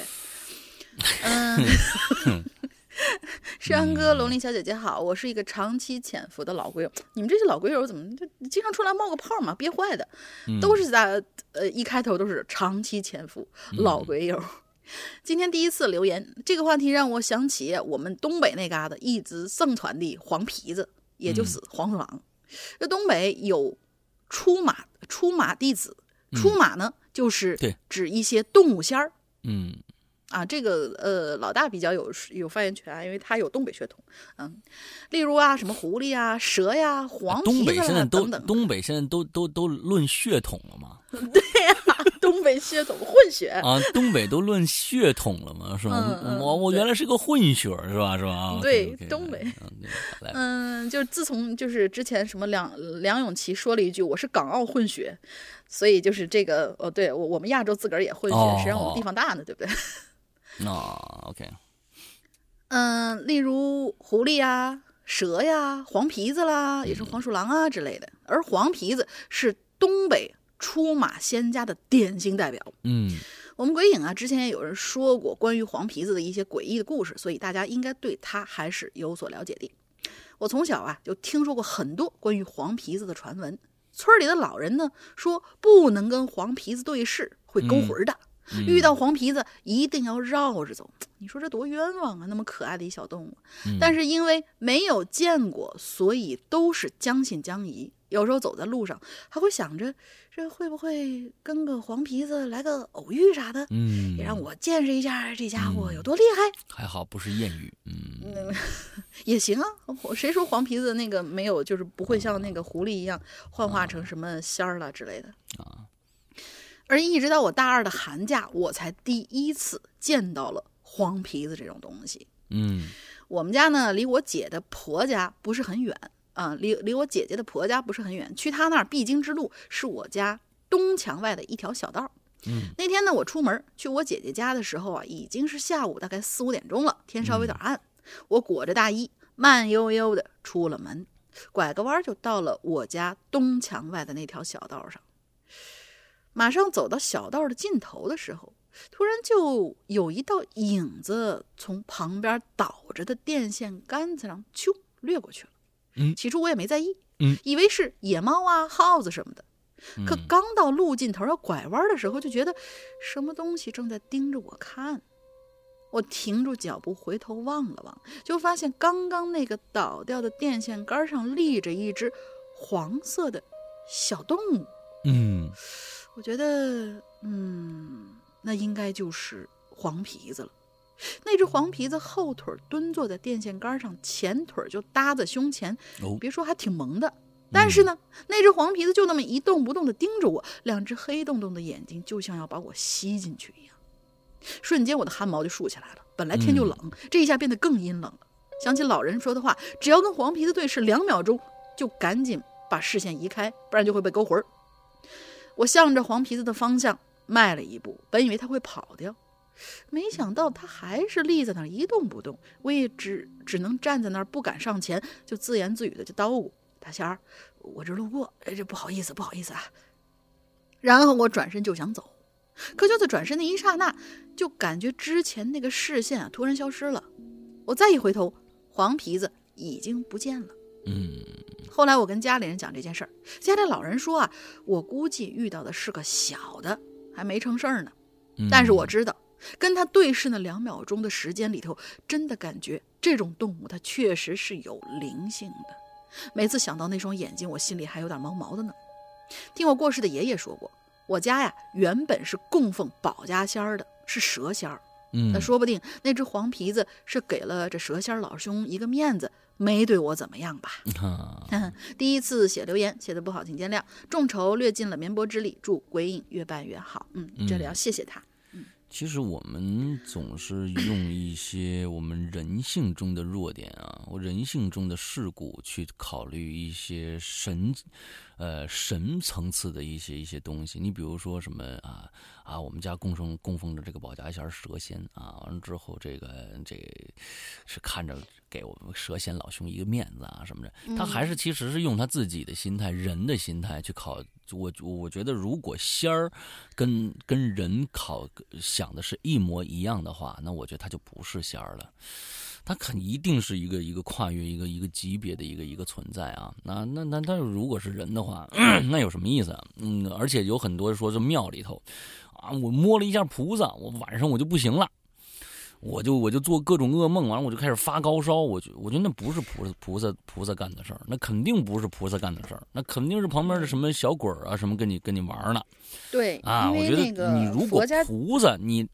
山哥龙鳞小姐姐好，我是一个长期潜伏的老鬼友。你们这些老鬼友怎么就经常出来冒个泡嘛，憋坏的，都是在一开头都是长期潜伏老鬼友。今天第一次留言，这个话题让我想起我们东北那嘎达一直盛传的黄皮子，也就是黄鼠狼。这东北有出马弟子，出马呢就是指一些动物仙儿。这个老大比较有发言权，因为他有东北血统。例如什么狐狸啊、蛇呀、黄皮子等等。 东北现在都论血统了吗？ 对呀，东东北血统混血啊，东北都论血统了嘛，是吧？我原来是个混血，是吧？ 对，东北。就是自从就是之前什么梁咏琪说了一句我是港澳混血，所以就是这个对我们亚洲自个儿也混血，谁让我们地方大呢，对不对 ？OK。 例如狐狸呀、蛇呀、黄皮子啦，也是黄鼠狼啊之类的。而黄皮子是东北出马仙家的典型代表。我们鬼影啊，之前也有人说过关于黄皮子的一些诡异的故事，所以大家应该对他还是有所了解的。我从小啊就听说过很多关于黄皮子的传闻。村里的老人呢说不能跟黄皮子对视，会勾魂的。遇到黄皮子一定要绕着走。你说这多冤枉啊，那么可爱的一小动物。但是因为没有见过，所以都是将信将疑。有时候走在路上还会想着这会不会跟个黄皮子来个偶遇啥的，也让我见识一下这家伙有多厉害。 还好不是谚语。 也行啊，谁说黄皮子那个没有，就是不会像那个狐狸一样幻化成什么仙儿了之类的而一直到我大2的寒假，我才第一次见到了黄皮子这种东西。我们家呢离我姐的婆家不是很远离我姐姐的婆家不是很远，去她那儿必经之路是我家东墙外的一条小道。那天呢我出门去我姐姐家的时候啊，已经是下午大概4、5点钟了，天稍微有点暗。我裹着大衣慢悠悠的出了门，拐个弯就到了我家东墙外的那条小道上。马上走到小道的尽头的时候，突然就有一道影子从旁边倒着的电线杆子上咻掠过去了。起初我也没在意，以为是野猫啊、耗子什么的。可刚到路尽头要拐弯的时候，就觉得什么东西正在盯着我看。我停住脚步回头望了望，就发现刚刚那个倒掉的电线杆上立着一只黄色的小动物。我觉得那应该就是黄皮子了。那只黄皮子后腿蹲坐在电线杆上，前腿就搭在胸前，别说还挺萌的。但是呢，那只黄皮子就那么一动不动地盯着我，两只黑洞洞的眼睛就像要把我吸进去一样。瞬间我的汗毛就竖起来了，本来天就冷，这一下变得更阴冷了。想起老人说的话，只要跟黄皮子对视2秒钟，就赶紧把视线移开，不然就会被勾魂。我向着黄皮子的方向迈了一步，本以为他会跑掉，没想到他还是立在那儿一动不动。我也只能站在那儿不敢上前，就自言自语的就叨咕：大仙儿，我这路过，这不好意思啊。然后我转身就想走，可就在转身的一刹那，就感觉之前那个视线突然消失了。我再一回头，黄皮子已经不见了。后来我跟家里人讲这件事儿，家里老人说我估计遇到的是个小的，还没成事儿呢。但是我知道跟他对视那2秒钟的时间里头，真的感觉这种动物它确实是有灵性的。每次想到那双眼睛，我心里还有点毛毛的呢。听我过世的爷爷说过，我家原本是供奉保家仙儿的，是蛇仙儿。那说不定那只黄皮子是给了这蛇仙老兄一个面子，没对我怎么样吧。第一次写留言写的不好请见谅，众筹略尽了绵薄之力，祝鬼影越办越好。这里要谢谢他。 其实我们总是用一些我们人性中的弱点我人性中的事故去考虑一些神层次的一些东西。你比如说什么我们家供奉着这个保家仙蛇仙完了之后这是看着给我们蛇仙老兄一个面子什么的，他还是其实是用他自己的心态，人的心态去考。我觉得如果仙儿跟人想的是一模一样的话，那我觉得他就不是仙儿了，他一定是一个跨越一个级别的一个存在那如果是人的话，那有什么意思而且有很多说是庙里头我摸了一下菩萨，我晚上我就不行了，我就做各种噩梦，完了我就开始发高烧。我觉得那不是菩萨干的事儿，那肯定不是菩萨干的事儿，那肯定是旁边的什么小鬼什么跟你玩呢。 对我觉得你如果菩萨你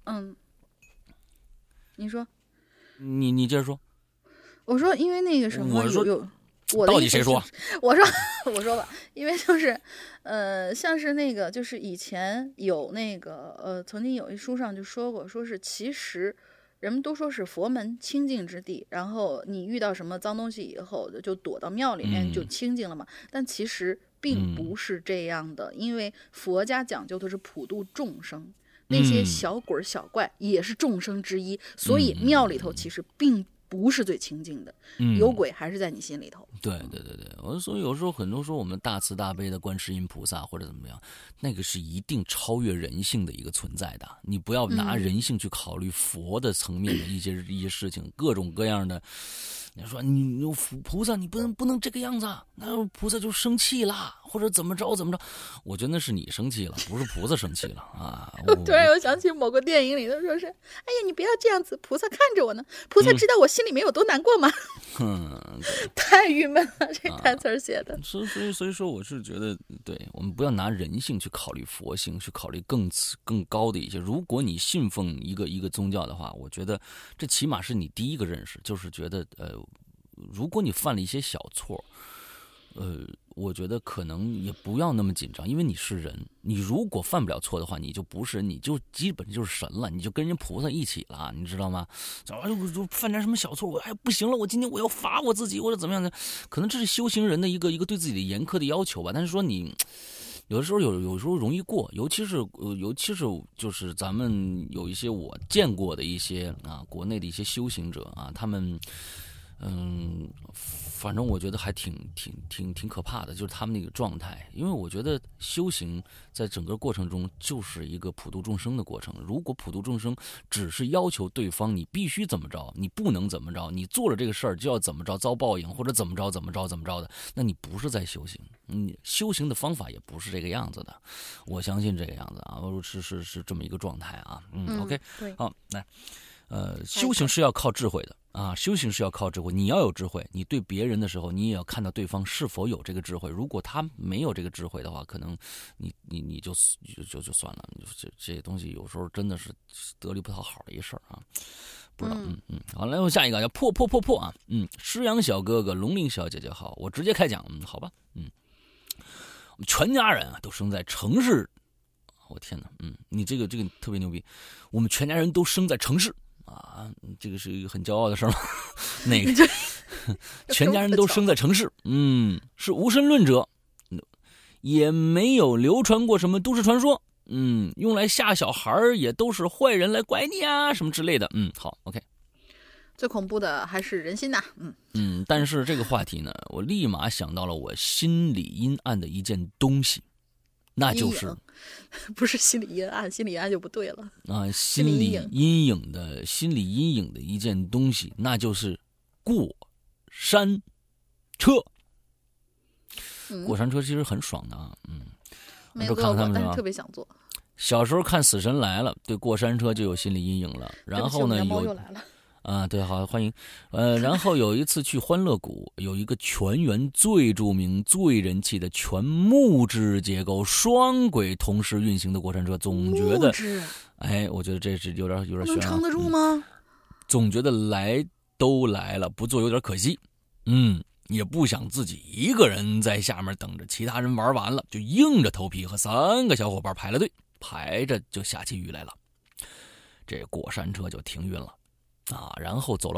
说你接着说。 我说因为那个什么我的到底谁说？ 我说我说吧，因为就是像是那个就是以前有那个曾经有一书上就说过，说是其实人们都说是佛门清净之地，然后你遇到什么脏东西以后就躲到庙里面就清净了嘛，但其实并不是这样的，因为佛家讲究的是普度众生，那些小鬼小怪也是众生之一，所以庙里头其实并不是最清净的，有鬼还是在你心里头。 对，所以有时候很多时候我们大慈大悲的观世音菩萨或者怎么样，那个是一定超越人性的一个存在的。你不要拿人性去考虑佛的层面的一些事情，各种各样的。你说你菩萨，你不能这个样子啊，那菩萨就生气了，或者怎么着。我觉得那是你生气了，不是菩萨生气了啊！ 突然又想起某个电影里头说是，哎呀，你不要这样子，菩萨看着我呢，菩萨知道我心里面有多难过吗？太郁闷了，这台词写的。 所以说，我是觉得，对我们不要拿人性去考虑佛性，去考虑更高的一些。如果你信奉一个宗教的话，我觉得这起码是你第一个认识，就是觉得如果你犯了一些小错，我觉得可能也不要那么紧张，因为你是人。你如果犯不了错的话，你就不是人，你就基本就是神了，你就跟人菩萨一起了，你知道吗？就犯点什么小错，我不行了，我今天我要罚我自己，或者怎么样的，可能这是修行人的一个对自己的严苛的要求吧。但是说你有的时候有时候容易过，尤其是就是咱们有一些我见过的一些国内的一些修行者啊，他们。反正我觉得还挺可怕的，就是他们那个状态。因为我觉得修行在整个过程中就是一个普度众生的过程。如果普度众生只是要求对方你必须怎么着，你不能怎么着，你做了这个事儿就要怎么着遭报应，或者怎么着的，那你不是在修行。修行的方法也不是这个样子的。我相信这个样子啊，是这么一个状态啊。OK， 好，来。修行是要靠智慧的啊！修行是要靠智慧，你要有智慧。你对别人的时候，你也要看到对方是否有这个智慧。如果他没有这个智慧的话，可能你就算了。这些东西有时候真的是得力不讨好的一事儿啊！不知道，好，来我下一个叫破啊，诗阳小哥哥、龙鳞小姐姐好，我直接开讲，好吧，我们全家人啊都生在城市，我天哪，你这个特别牛逼，我们全家人都生在城市。这个是一个很骄傲的事吗？那个全家人都生在城市，是无神论者，也没有流传过什么都市传说，用来吓小孩也都是坏人来拐你啊什么之类的，好 ，OK。 最恐怖的还是人心呐， 但是这个话题呢，我立马想到了我心里阴暗的一件东西。那就是不是心理阴暗，心理阴暗就不对了啊！心理阴影的一件东西，那就是过山车。过山车其实很爽的啊， 没有坐过，但是特别想坐。 小时候看《死神来了》，对过山车就有心理阴影了。然后呢， 又来了。 对，好，欢迎。然后有一次去欢乐谷，有一个全员最著名、最人气的全木质结构、双轨同时运行的过山车，总觉得，我觉得这是有点悬啊。 能撑得住吗？ 总觉得来都来了，不做有点可惜。也不想自己一个人在下面等着其他人玩完了，就硬着头皮和3个小伙伴排了队，排着就下起雨来了。这过山车就停运了。然后走了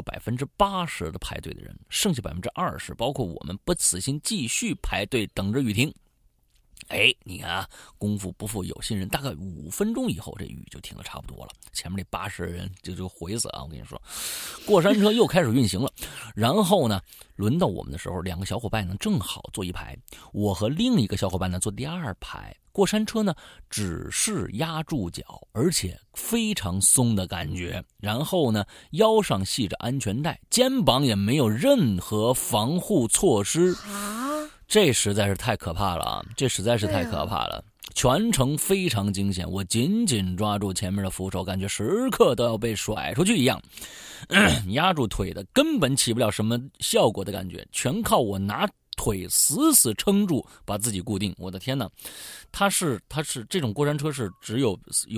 80%的排队的人，剩下20%，包括我们不死心继续排队等着雨停。你看啊，功夫不负有心人，大概5分钟以后，这雨就停了差不多了。前面那80人就回死啊！我跟你说，过山车又开始运行了。然后呢，轮到我们的时候，2个小伙伴呢正好坐一排，我和另一个小伙伴呢坐第2排。过山车呢只是压住脚，而且非常松的感觉。然后呢，腰上系着安全带，肩膀也没有任何防护措施。这实在是太可怕了啊！这实在是太可怕了。全程非常惊险，我紧紧抓住前面的扶手，感觉时刻都要被甩出去一样。压住腿的根本起不了什么效果的感觉，全靠我拿腿死死撑住，把自己固定。我的天哪，它是这种过山车是只有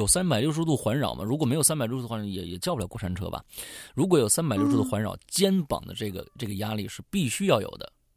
360度环绕吗？如果没有360度环绕，也叫不了过山车吧？如果有360度环绕，肩膀的这个压力是必须要有的。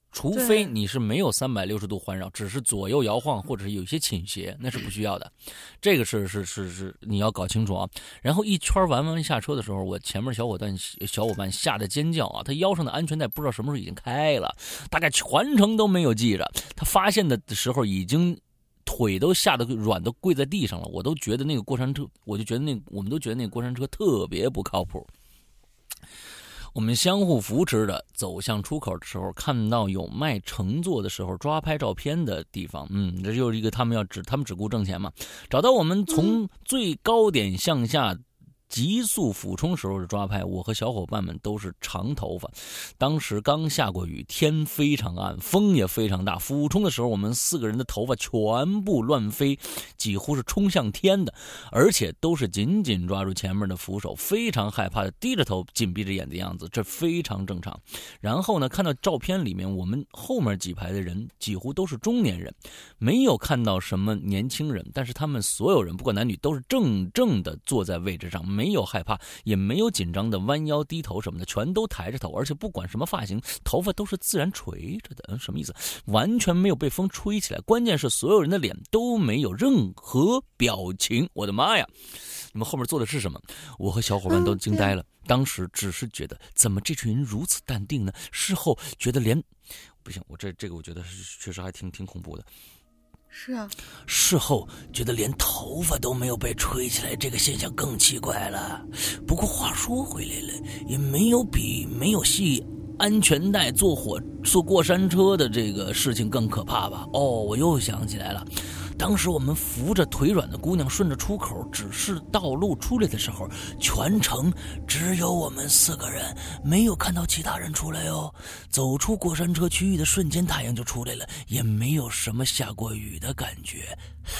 除非你是没有360度环绕，只是左右摇晃或者是有一些倾斜，那是不需要的。这个是你要搞清楚啊。然后一圈完下车的时候，我前面小伙伴吓得尖叫啊！他腰上的安全带不知道什么时候已经开了，大概全程都没有系着。他发现的时候已经腿都吓得软，都跪在地上了。我都觉得那个过山车，我们都觉得那个过山车特别不靠谱。我们相互扶持的走向出口的时候，看到有卖乘坐的时候抓拍照片的地方。这就是一个他们只顾挣钱嘛。找到我们从最高点向下急速俯冲时候的抓拍，我和小伙伴们都是长头发，当时刚下过雨，天非常暗，风也非常大。俯冲的时候，我们4个人的头发全部乱飞，几乎是冲向天的，而且都是紧紧抓住前面的扶手，非常害怕的低着头紧闭着眼的样子，这非常正常。然后呢，看到照片里面我们后面几排的人几乎都是中年人，没有看到什么年轻人，但是他们所有人不管男女都是正的坐在位置上，没有害怕，也没有紧张的弯腰低头什么的，全都抬着头，而且不管什么发型，头发都是自然垂着的。什么意思？完全没有被风吹起来。关键是所有人的脸都没有任何表情。我的妈呀！你们后面做的是什么？我和小伙伴都惊呆了。当时只是觉得，怎么这群人如此淡定呢？事后觉得不行，我这个我觉得确实还挺恐怖的。 是啊， 事后觉得连头发都没有被吹起来，这个现象更奇怪了。不过话说回来了，也没有比没有系安全带坐过山车的这个事情更可怕吧？我又想起来了。当时我们扶着腿软的姑娘顺着出口指示道路出来的时候，全程只有我们4个人，没有看到其他人出来哦。走出过山车区域的瞬间，太阳就出来了，也没有什么下过雨的感觉。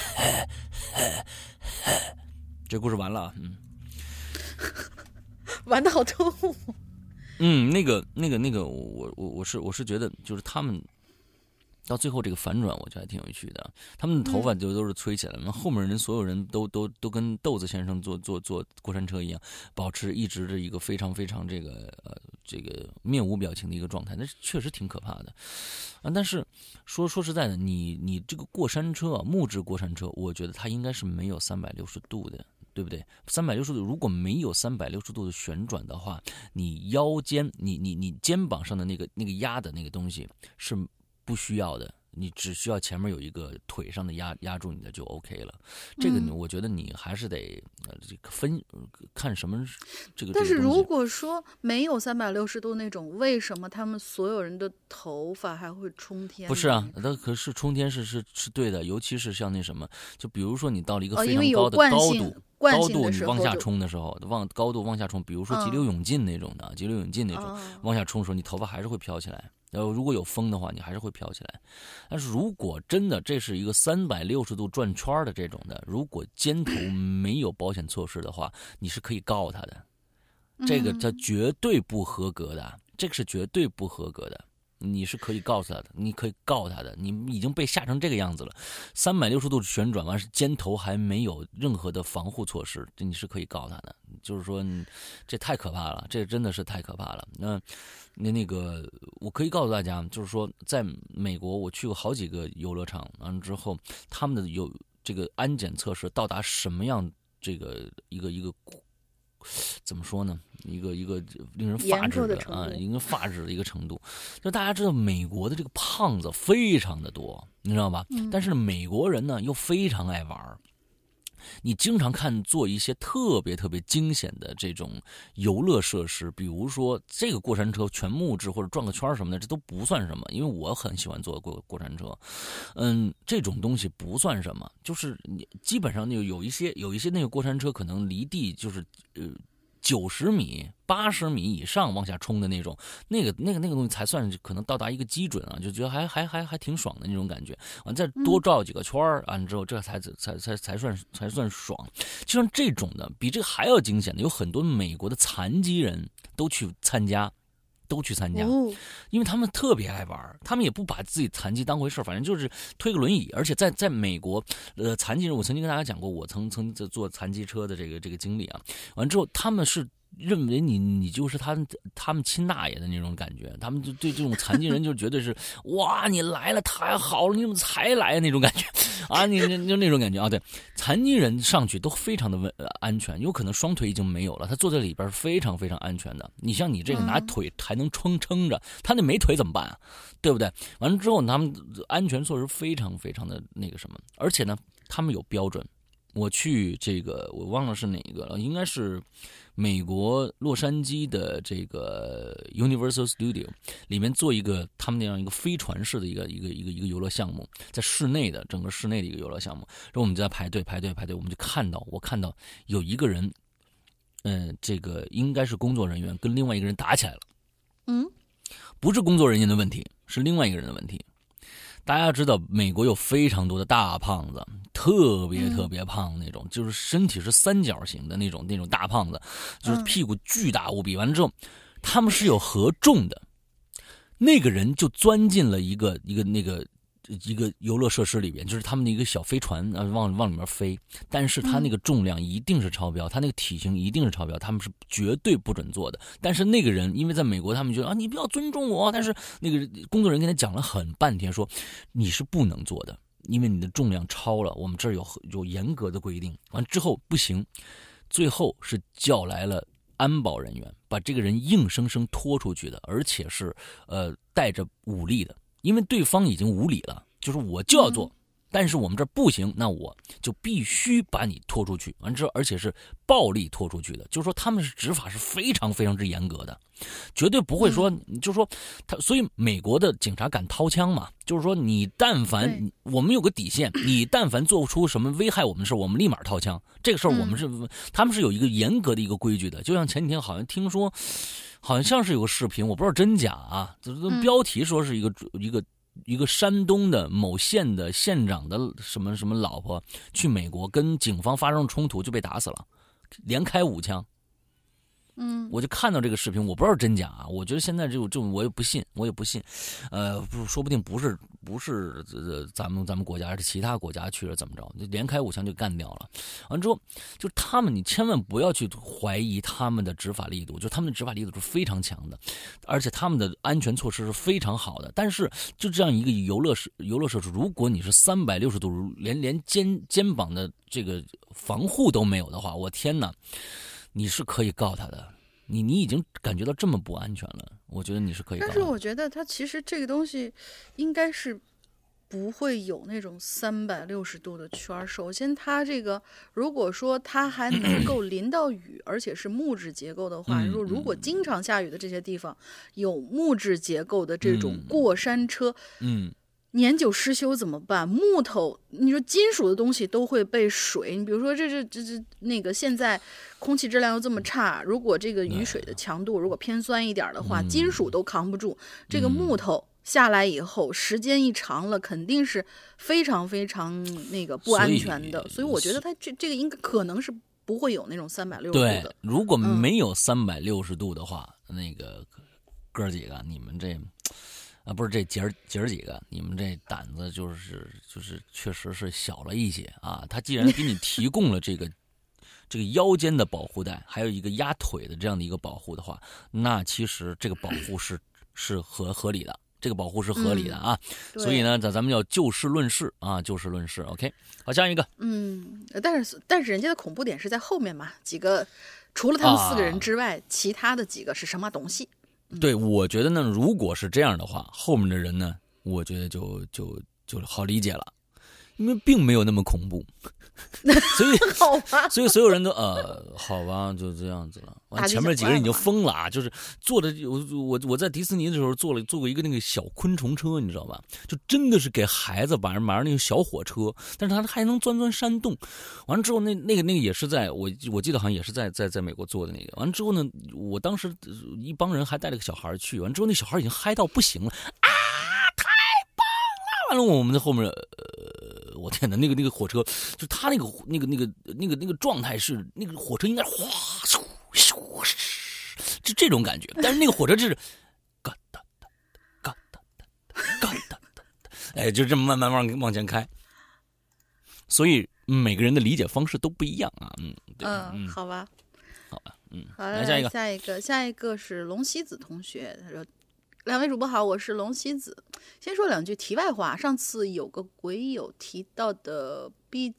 这故事完了。 玩得好痛。 那个，我是觉得就是他们。到最后这个反转，我觉得还挺有趣的。他们的头发都是吹起来了，后面人所有人都跟豆子先生坐过山车一样，保持一直的一个非常这个面无表情的一个状态，那确实挺可怕的啊。但是说实在的，你这个过山车啊，木质过山车，我觉得它应该是没有360度的。对不对？360度，如果没有360度的旋转的话，你腰间，你肩膀上的那个压的那个东西是不需要的，你只需要前面有一个腿上的压住你的就 OK 了。这个我觉得你还是得看什么这个。 但是如果说没有360度那种，为什么他们所有人的头发还会冲天？ 不是啊，那可是冲天是对的，尤其是像那什么，就比如说你到了一个非常高的高度你往下冲的时候，高度往下冲，比如说急流勇进那种的，急流勇进那种往下冲的时候，你头发还是会飘起来。然后如果有风的话，你还是会飘起来。但是如果真的这是一个360度转圈的这种的，如果肩头没有保险措施的话，你是可以告他的。这个它绝对不合格的，这个是绝对不合格的。你是可以告诉他的，你可以告他的，你已经被吓成这个样子了，360度旋转完是肩头还没有任何的防护措施，这你是可以告他的。就是说，这太可怕了，这真的是太可怕了。那个，我可以告诉大家，就是说，在美国我去过好几个游乐场，完了之后，他们的有这个安检测试到达什么样这个一个怎么说呢？一个令人发指的啊，一个发指的一个程度。就大家知道，美国的这个胖子非常的多，你知道吧？但是美国人呢又非常爱玩。你经常看做一些特别惊险的这种游乐设施，比如说这个过山车全木质或者转个圈什么的，这都不算什么，因为我很喜欢坐过山车。这种东西不算什么，就是你基本上有一些那个过山车可能离地就是90米、80米以上往下冲的那种，那个东西才算可能到达一个基准啊，就觉得还挺爽的那种感觉。完再多绕几个圈完之后，这才算爽。就像这种的，比这个还要惊险的，有很多美国的残疾人都去参加，因为他们特别爱玩，他们也不把自己残疾当回事，反正就是推个轮椅。而且在美国，残疾人，我曾经跟大家讲过，我曾坐残疾车的这个经历啊。完之后，他们是认为你就是他们亲大爷的那种感觉，他们就对这种残疾人就觉得是哇，你来了太好了，你怎么才来啊那种感觉啊，你就那种感觉啊。对，残疾人上去都非常的安全，有可能双腿已经没有了，他坐在里边是非常非常安全的。你像你这个拿腿还能撑着，他那没腿怎么办啊？对不对？完了之后，他们安全措施非常非常的那个什么，而且呢，他们有标准。我去这个我忘了是哪个了，应该是美国洛杉矶的这个 Universal Studio 里面做一个他们那样一个飞船式的一个游乐项目，在室内的整个室内的一个游乐项目。然后我们就在排队，我们就我看到有一个人，这个应该是工作人员跟另外一个人打起来了。不是工作人员的问题，是另外一个人的问题。大家知道美国有非常多的大胖子，特别胖那种，就是身体是三角形的那种大胖子，就是屁股巨大无比。完了之后，他们是有合重的，那个人就钻进了一个游乐设施里边，就是他们的一个小飞船往里面飞，但是他那个重量一定是超标，他那个体型一定是超标，他们是绝对不准做的。但是那个人因为在美国，他们觉得啊你不要尊重我，但是那个工作人员跟他讲了半天，说你是不能做的，因为你的重量超了，我们这儿有严格的规定。完之后不行，最后是叫来了安保人员，把这个人硬生生拖出去的，而且是带着武力的。因为对方已经无理了，就是我就要做，但是我们这儿不行，那我就必须把你拖出去。完之后，而且是暴力拖出去的，就是说他们是执法是非常非常之严格的，绝对不会说，就是说所以美国的警察敢掏枪嘛，就是说你但凡我们有个底线，你但凡做出什么危害我们的事，我们立马掏枪。这个事儿我们是他们是有一个严格的一个规矩的，就像前几天好像听说。好像是有个视频，我不知道真假啊。标题说是一个山东的某县的县长的什么老婆去美国跟警方发生冲突就被打死了，连开5枪。我就看到这个视频，我不知道真假啊。我觉得现在这我也不信，说不定不是咱们国家，是其他国家去了怎么着，连开5枪就干掉了。完之后，就他们，你千万不要去怀疑他们的执法力度，就他们的执法力度是非常强的，而且他们的安全措施是非常好的。但是就这样一个游乐设施，如果你是360度连肩膀的这个防护都没有的话，我天哪！你是可以告他的，你已经感觉到这么不安全了，我觉得你是可以告他的。 但是我觉得他其实这个东西应该是不会有那种360度的圈。首先，它这个如果说它还能够淋到雨，而且是木质结构的话，如果经常下雨的这些地方有木质结构的这种过山车，年久失修怎么办？木头，你说金属的东西都会被水。你比如说，这那个现在空气质量又这么差，如果这个雨水的强度如果偏酸一点的话，金属都扛不住。这个木头下来以后，时间一长了，肯定是非常非常那个不安全的。所以我觉得它这个应该可能是不会有那种360度的。 对，如果没有360度的话，那个哥几个，你们这。不是这姐儿几个，你们这胆子就是确实是小了一些啊。他既然给你提供了这个腰间的保护带，还有一个压腿的这样的一个保护的话，那其实这个保护是合理的，这个保护是合理的啊。所以呢，咱们要就事论事啊，就事论事。OK， 好，下一个。 但是人家的恐怖点是在后面嘛，几个除了他们4个人之外，其他的几个是什么东西？ 对，我觉得呢，如果是这样的话，后面的人呢，我觉得就好理解了，因为并没有那么恐怖，所以所有人都好吧，就这样子了。完，前面几个人已经疯了啊，就是坐的我在迪士尼的时候坐过一个那个小昆虫车，你知道吧？就真的是给孩子晚上那个小火车，但是他还能钻山洞。完了之后，那个也是在我记得好像也是在美国做的那个。完了之后呢，我当时一帮人还带了个小孩去，完之后那小孩已经嗨到不行了啊，太棒了！完了我们在后面。我天哪，那个火车，就他那个状态是那个火车应该哗咻咻，就这种感觉。但是那个火车就是嘎哒哒嘎哒哒嘎哒哒，哎，就这么慢慢往前开。所以每个人的理解方式都不一样啊， 好吧。 好吧， 好， 来下一个是龙西子同学，他说：“两位主播好，我是龙西子。先说两句题外话，上次有个鬼友提到的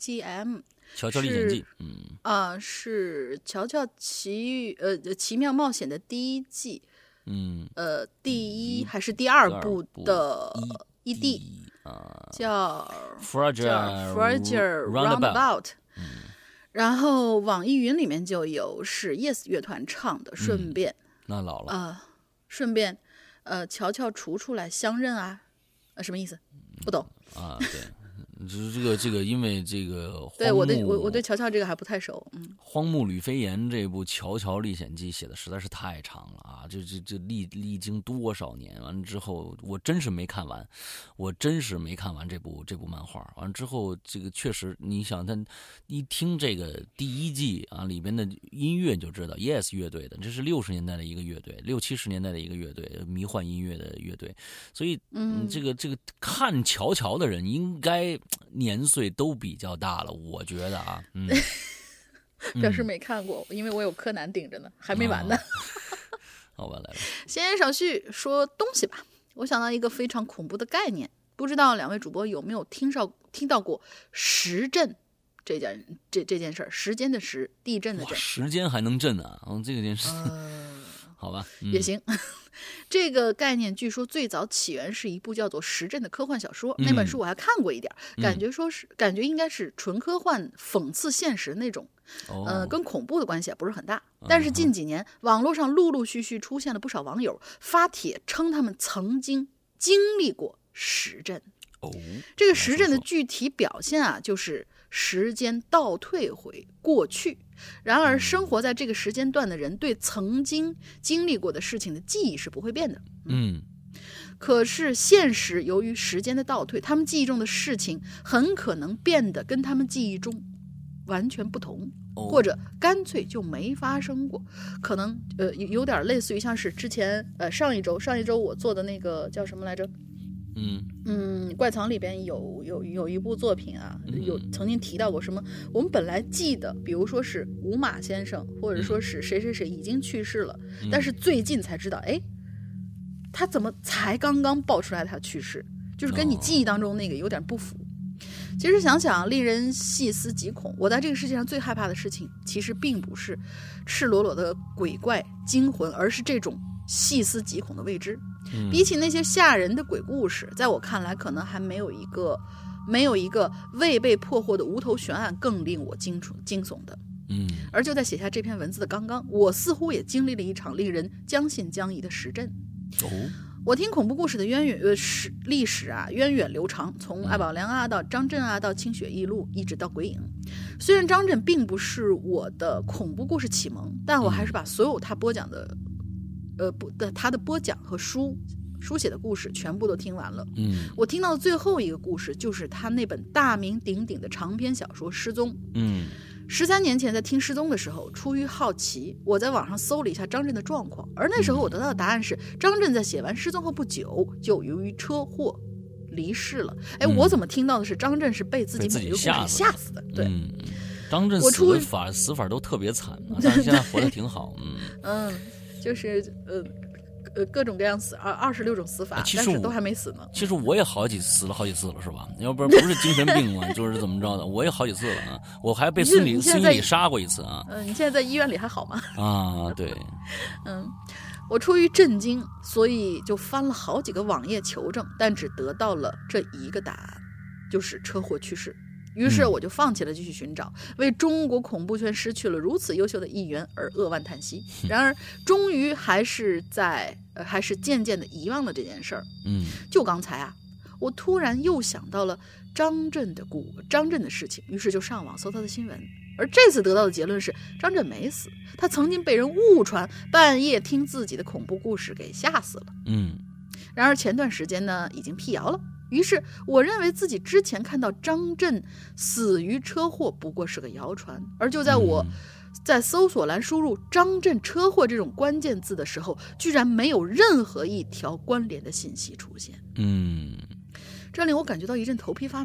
BGM《 乔乔历险记》， 是《乔乔奇妙冒险》的第一季，第一还是第二部的ED，叫 Fragile Roundabout。然后网易云里面就有是 Yes 乐团唱的，顺便那老了顺便乔乔除出来相认啊，什么意思？不懂啊？对，就是这个，因为这个对我对乔乔这个还不太熟。 荒木吕飞岩这部《乔乔历险记》写的实在是太长了啊！这历经多少年，完了之后我真是没看完，这部漫画。完了之后，这个确实，你想他一听这个第一季啊里边的音乐你就知道 ，Yes 乐队的，这是60年代的一个乐队，60、70年代的一个乐队，迷幻音乐的乐队。所以，这个看乔乔的人应该年岁都比较大了，我觉得啊， 表示没看过，因为我有柯南顶着呢，还没完呢。 好吧，来吧。 闲言少叙，说东西吧。我想到一个非常恐怖的概念，不知道两位主播有没有听到过时震这件事儿？时间的时，地震的震。 时间还能震啊？这个件事，好吧， 也行。这个概念据说最早起源是一部叫做《时震》的科幻小说，那本书我还看过一点，感觉应该是纯科幻讽刺现实那种，跟恐怖的关系不是很大。但是近几年网络上陆陆续续出现了不少网友发帖称他们曾经经历过时震。这个时震的具体表现啊，就是时间倒退回过去。然而生活在这个时间段的人对曾经经历过的事情的记忆是不会变的。可是现实由于时间的倒退，他们记忆中的事情很可能变得跟他们记忆中完全不同，或者干脆就没发生过。可能有点类似于像是之前上一周我做的那个叫什么来着？怪藏里边有一部作品啊，有曾经提到过什么？我们本来记得，比如说是五马先生，或者说是谁谁谁已经去世了，但是最近才知道，他怎么才刚刚爆出来他去世，就是跟你记忆当中那个有点不符。其实想想令人细思极恐，我在这个世界上最害怕的事情，其实并不是赤裸裸的鬼怪惊魂，而是这种细思极恐的未知。比起那些吓人的鬼故事，在我看来可能还没有一个未被破获的无头悬案更令我惊悚的。而就在写下这篇文字的刚刚，我似乎也经历了一场令人将信将疑的时震。我听恐怖故事的历史啊，源远流长，从艾宝良啊到张震啊，到清雪异录，一直到鬼影。虽然张震并不是我的恐怖故事启蒙，但我还是把所有他播讲的他的播讲和书写的故事全部都听完了。我听到的最后一个故事就是他那本大名鼎鼎的长篇小说《失踪》。13年前在听《失踪》的时候，出于好奇，我在网上搜了一下张震的状况，而那时候我得到的答案是，张震在写完《失踪》后不久就由于车祸离世了。我怎么听到的是张震是被自己某一个故事吓死的？对， 张震死法都特别惨，但是现在活得挺好。 就是各种各样死，26种死法，但是都还没死呢。 其实我也死了好几次了，是吧？要不是精神病嘛，就是怎么着的，我也好几次了啊！我还被孙宇杀过一次啊！ 你现在在医院里还好吗？ 啊，对。 我出于震惊，所以就翻了好几个网页求证，但只得到了这一个答案，就是车祸去世。于是我就放弃了继续寻找，为中国恐怖圈失去了如此优秀的一员而扼腕叹息。然而终于还是渐渐的遗忘了这件事儿。就刚才啊，我突然又想到了张震的事情，于是就上网搜他的新闻。而这次得到的结论是，张震没死，他曾经被人误传半夜听自己的恐怖故事给吓死了。然而前段时间呢，已经辟谣了。于是我认为自己之前看到张震死于车祸不过是个谣传，而就在我在搜索栏输入张震车祸这种关键字的时候，居然没有任何一条关联的信息出现。这令我感觉到一阵头皮发麻。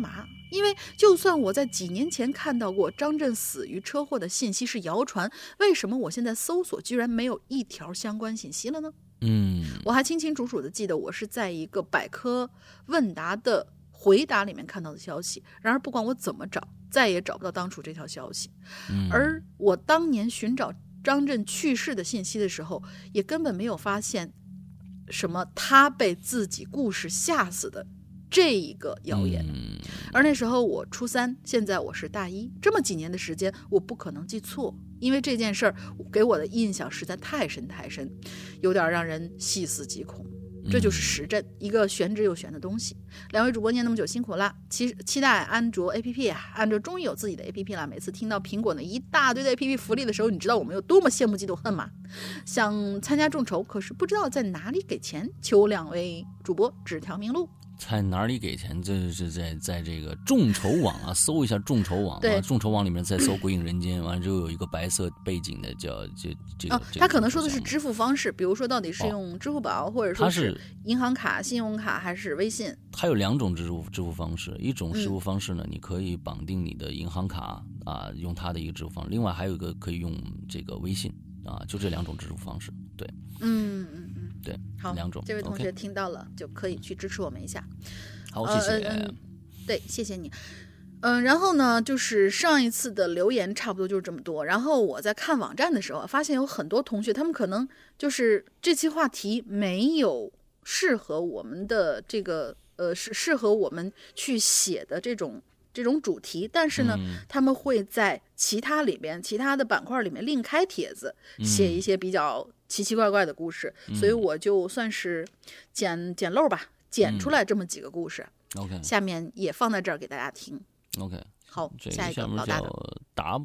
因为就算我在几年前看到过张震死于车祸的信息是谣传，为什么我现在搜索居然没有一条相关信息了呢？我还清清楚楚的记得我是在一个百科问答的回答里面看到的消息，然而不管我怎么找，再也找不到当初这条消息。而我当年寻找张震去世的信息的时候，也根本没有发现什么他被自己故事吓死的这一个谣言。而那时候我初3，现在我是大1，这么几年的时间我不可能记错，因为这件事儿给我的印象实在太深太深，有点让人细思极恐。这就是时震，一个玄之又玄的东西。两位主播念那么久辛苦了，期待安卓 APP 啊，安卓终于有自己的 APP 了。每次听到苹果那一大堆的 APP 福利的时候，你知道我们有多么羡慕嫉妒恨吗？想参加众筹，可是不知道在哪里给钱，求两位主播指条明路。 在哪里给钱？这是在这个众筹网啊，搜一下众筹网啊，众筹网里面再搜《鬼影人间》，完了之后有一个白色背景的叫这个。 他可能说的是支付方式，比如说到底是用支付宝，或者说是银行卡、信用卡还是微信？ 它有2种支付方式，一种支付方式呢，你可以绑定你的银行卡啊，用它的一个支付方式；另外还有一个可以用这个微信啊，就这2种支付方式。对，对， 好 ，2种。 这位同学听到了，就可以去支持我们一下。 好，谢谢。 对，谢谢你。然后呢，就是上一次的留言差不多就是这么多。然后我在看网站的时候，发现有很多同学，他们可能就是这期话题没有适合我们的这个适合我们去写的这种主题，但是呢，他们会在其他的板块里面另开帖子，写一些比较奇奇怪怪的故事，所以我就算是捡漏吧，捡出来这么几个故事。 OK， 下面也放在这儿给大家听。 OK， 好， 下一个老大的叫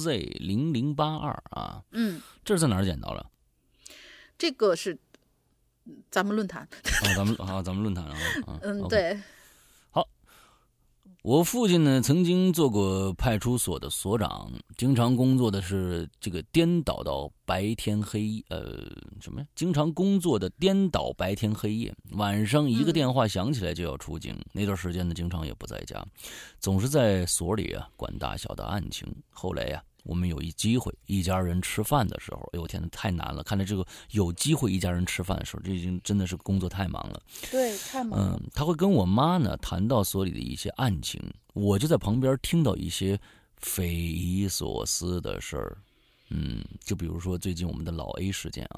WZ0082啊，这是在哪儿捡到了？ 这个是咱们论坛。 咱们论坛啊。 okay. 对。 我父亲呢，曾经做过派出所的所长，经常工作的是这个颠倒到白天黑，经常工作的颠倒白天黑夜，晚上一个电话响起来就要出警。那段时间呢，经常也不在家，总是在所里啊管大小的案情。后来呀，我们有一机会一家人吃饭的时候，哎呦天哪，太难了！看来这个有机会一家人吃饭的时候，这已经真的是工作太忙了。 对，太忙了。 他会跟我妈呢谈到所里的一些案情，我就在旁边听到一些匪夷所思的事儿。就比如说最近我们的老 A 事件啊，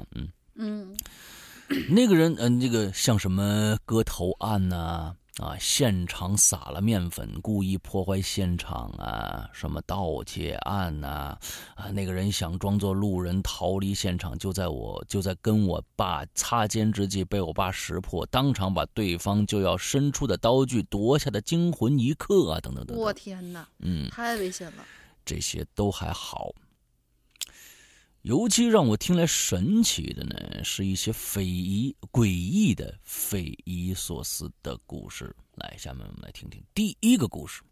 那个人这个像什么割头案呐。现场撒了面粉，故意破坏现场啊，什么盗窃案呐，那个人想装作路人逃离现场，就在跟我爸擦肩之际被我爸识破，当场把对方就要伸出的刀具夺下的惊魂一刻啊，等等等等。 我天哪，太危险了。 这些都还好。尤其让我听来神奇的呢，是一些诡异的匪夷所思的故事。来，下面我们来听听第一个故事。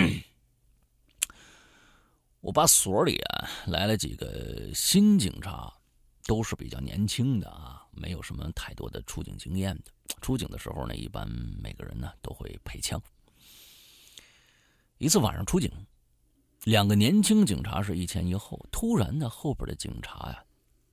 我爸所里啊来了几个新警察，都是比较年轻的啊，没有什么太多的出警经验的。出警的时候呢，一般每个人呢都会配枪。一次晚上出警，2个年轻警察是一前一后，突然呢，后边的警察呀，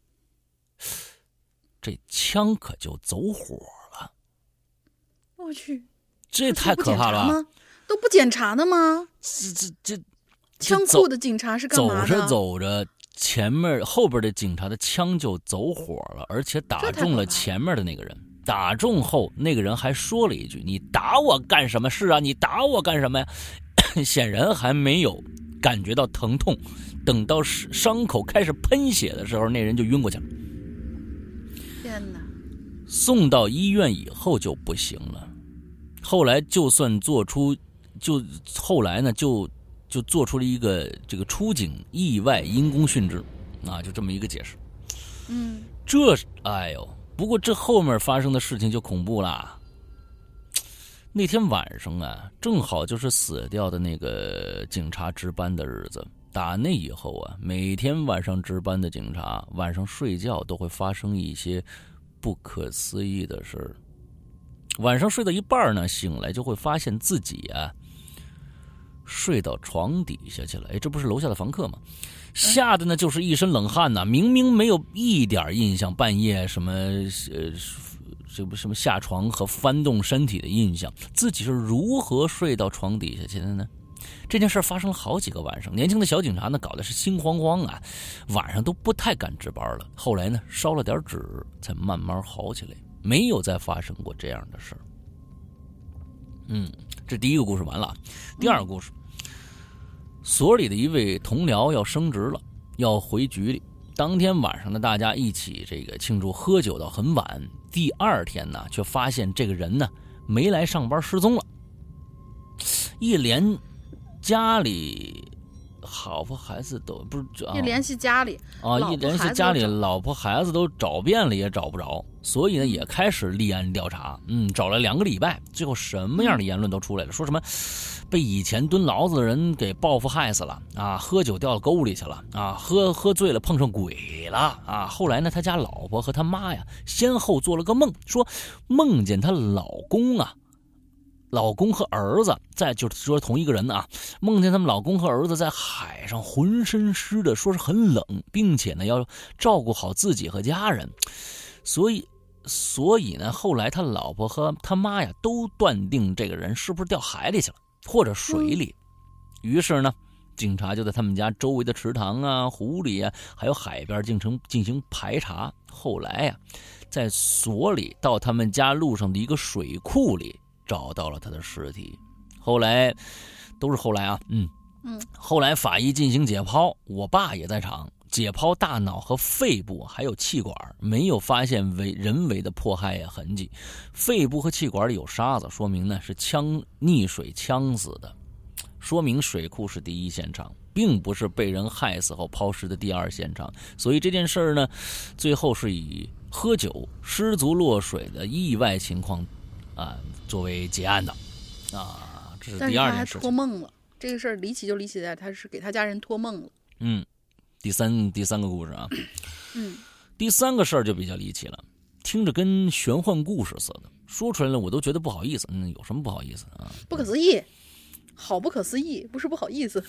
这枪可就走火了。 我去， 这太可怕了吧！ 都不检查的吗？ 这枪库的警察是干嘛的？ 走着，后边的警察的枪就走火了，而且打中了前面的那个人。打中后，那个人还说了一句：“你打我干什么？是啊，你打我干什么呀？”显然还没有感觉到疼痛，等到伤口开始喷血的时候，那人就晕过去了。 天哪！ 送到医院以后就不行了。后来就做出了一个这个出警意外因公殉职啊，就这么一个解释。哎呦，不过这后面发生的事情就恐怖啦。那天晚上啊，正好就是死掉的那个警察值班的日子。打那以后啊，每天晚上值班的警察晚上睡觉都会发生一些不可思议的事。晚上睡到一半呢，醒来就会发现自己啊睡到床底下去了。哎，这不是楼下的房客吗？吓得呢就是一身冷汗呐，明明没有一点印象，半夜什么这不什么下床和翻动身体的印象，自己是如何睡到床底下去的呢？这件事发生了好几个晚上，年轻的小警察呢搞的是心慌慌啊，晚上都不太敢值班了。后来呢烧了点纸，才慢慢好起来，没有再发生过这样的事儿。这第一个故事完了。第二个故事，所里的一位同僚要升职了，要回局里。当天晚上呢，大家一起这个庆祝，喝酒到很晚。第二天呢，却发现这个人呢没来上班，失踪了。一连家里老婆孩子都不是一联系家里啊，一联系家里老婆孩子都找遍了也找不着，所以呢也开始立案调查。找了2个礼拜，最后什么样的言论都出来了，说什么被以前蹲牢子的人给报复害死了啊，喝酒掉到沟里去了啊，喝醉了碰上鬼了啊。后来呢，他家老婆和他妈呀先后做了个梦，说梦见她老公和儿子就是说同一个人啊，梦见他们老公和儿子在海上浑身湿的，说是很冷，并且呢要照顾好自己和家人。所以呢，后来他老婆和他妈呀都断定这个人是不是掉海里去了，或者水里。于是呢，警察就在他们家周围的池塘啊、湖里啊，还有海边进行排查。后来呀，在所里到他们家路上的一个水库里找到了他的尸体。后来都是后来啊，后来法医进行解剖，我爸也在场，解剖大脑和肺部还有气管，没有发现人为的迫害痕迹。肺部和气管里有沙子，说明呢是溺水呛死的，说明水库是第一现场，并不是被人害死后抛尸的第二现场。所以这件事呢，最后是以喝酒失足落水的意外情况作为结案的啊。这是第二件事情。但是他还托梦了，这个事儿离奇就离奇在他是给他家人托梦了。 第三个故事啊，第三个事儿就比较离奇了，听着跟玄幻故事似的，说出来了我都觉得不好意思。有什么不好意思啊？ 不可思议，好不可思议，不是不好意思。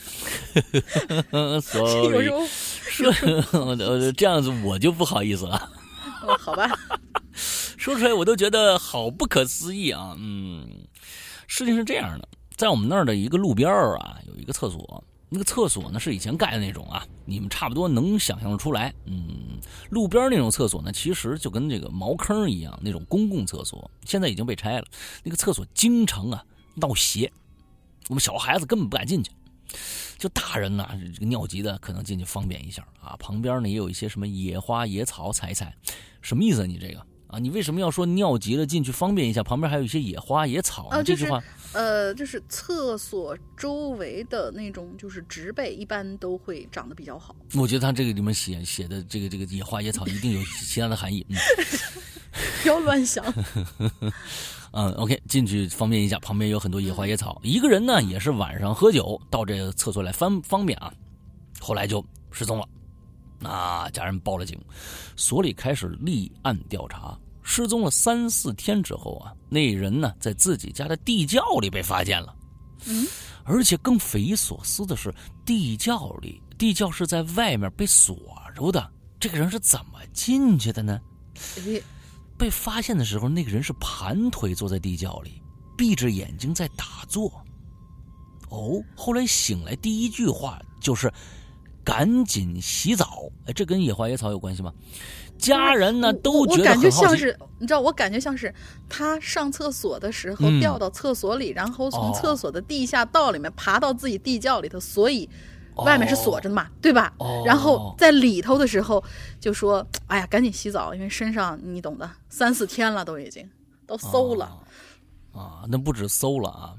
Sorry， 说这样子我就不好意思了。 好吧， 说出来我都觉得好不可思议啊。事情是这样的，在我们那儿的一个路边啊，有一个厕所。那个厕所呢是以前盖的那种啊，你们差不多能想象得出来。路边那种厕所呢，其实就跟这个茅坑一样，那种公共厕所，现在已经被拆了。那个厕所经常闹邪，我们小孩子根本不敢进去，就大人呢，这个尿急的可能进去方便一下啊。旁边呢也有一些什么野花野草采一采，什么意思啊？你这个啊，你为什么要说尿急了进去方便一下？旁边还有一些野花野草呢？这句话。 就是厕所周围的那种就是植被一般都会长得比较好。 我觉得他这个里面写的这个野花野草一定有其他的含义。 不要乱想。 OK， 进去方便一下，旁边有很多野花野草。一个人呢也是晚上喝酒到这个厕所来方便啊，后来就失踪了。家人报了警，所里开始立案调查。失踪了3、4天之后啊，那人呢在自己家的地窖里被发现了。而且更匪夷所思的是，地窖是在外面被锁着的，这个人是怎么进去的呢？被发现的时候，那个人是盘腿坐在地窖里，闭着眼睛在打坐。后来醒来第一句话就是赶紧洗澡。这跟野花野草有关系吗？家人呢都觉得很好奇。我感觉像是，你知道，我感觉像是他上厕所的时候掉到厕所里，然后从厕所的地下道里面爬到自己地窖里头，所以外面是锁着的嘛，对吧？然后在里头的时候就说：“哎呀，赶紧洗澡，因为身上你懂的，3、4天了都已经都馊了。” 那不止馊了啊，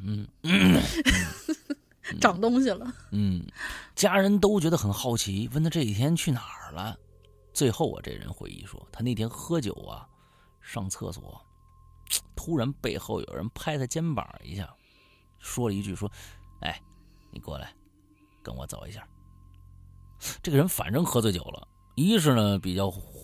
长东西了。 家人都觉得很好奇，问他这几天去哪儿了。最后这人回忆说，他那天喝酒上厕所，突然背后有人拍他肩膀一下，说了一句说：“哎，你过来，跟我走一下。”这个人反正喝醉酒了，一是呢比较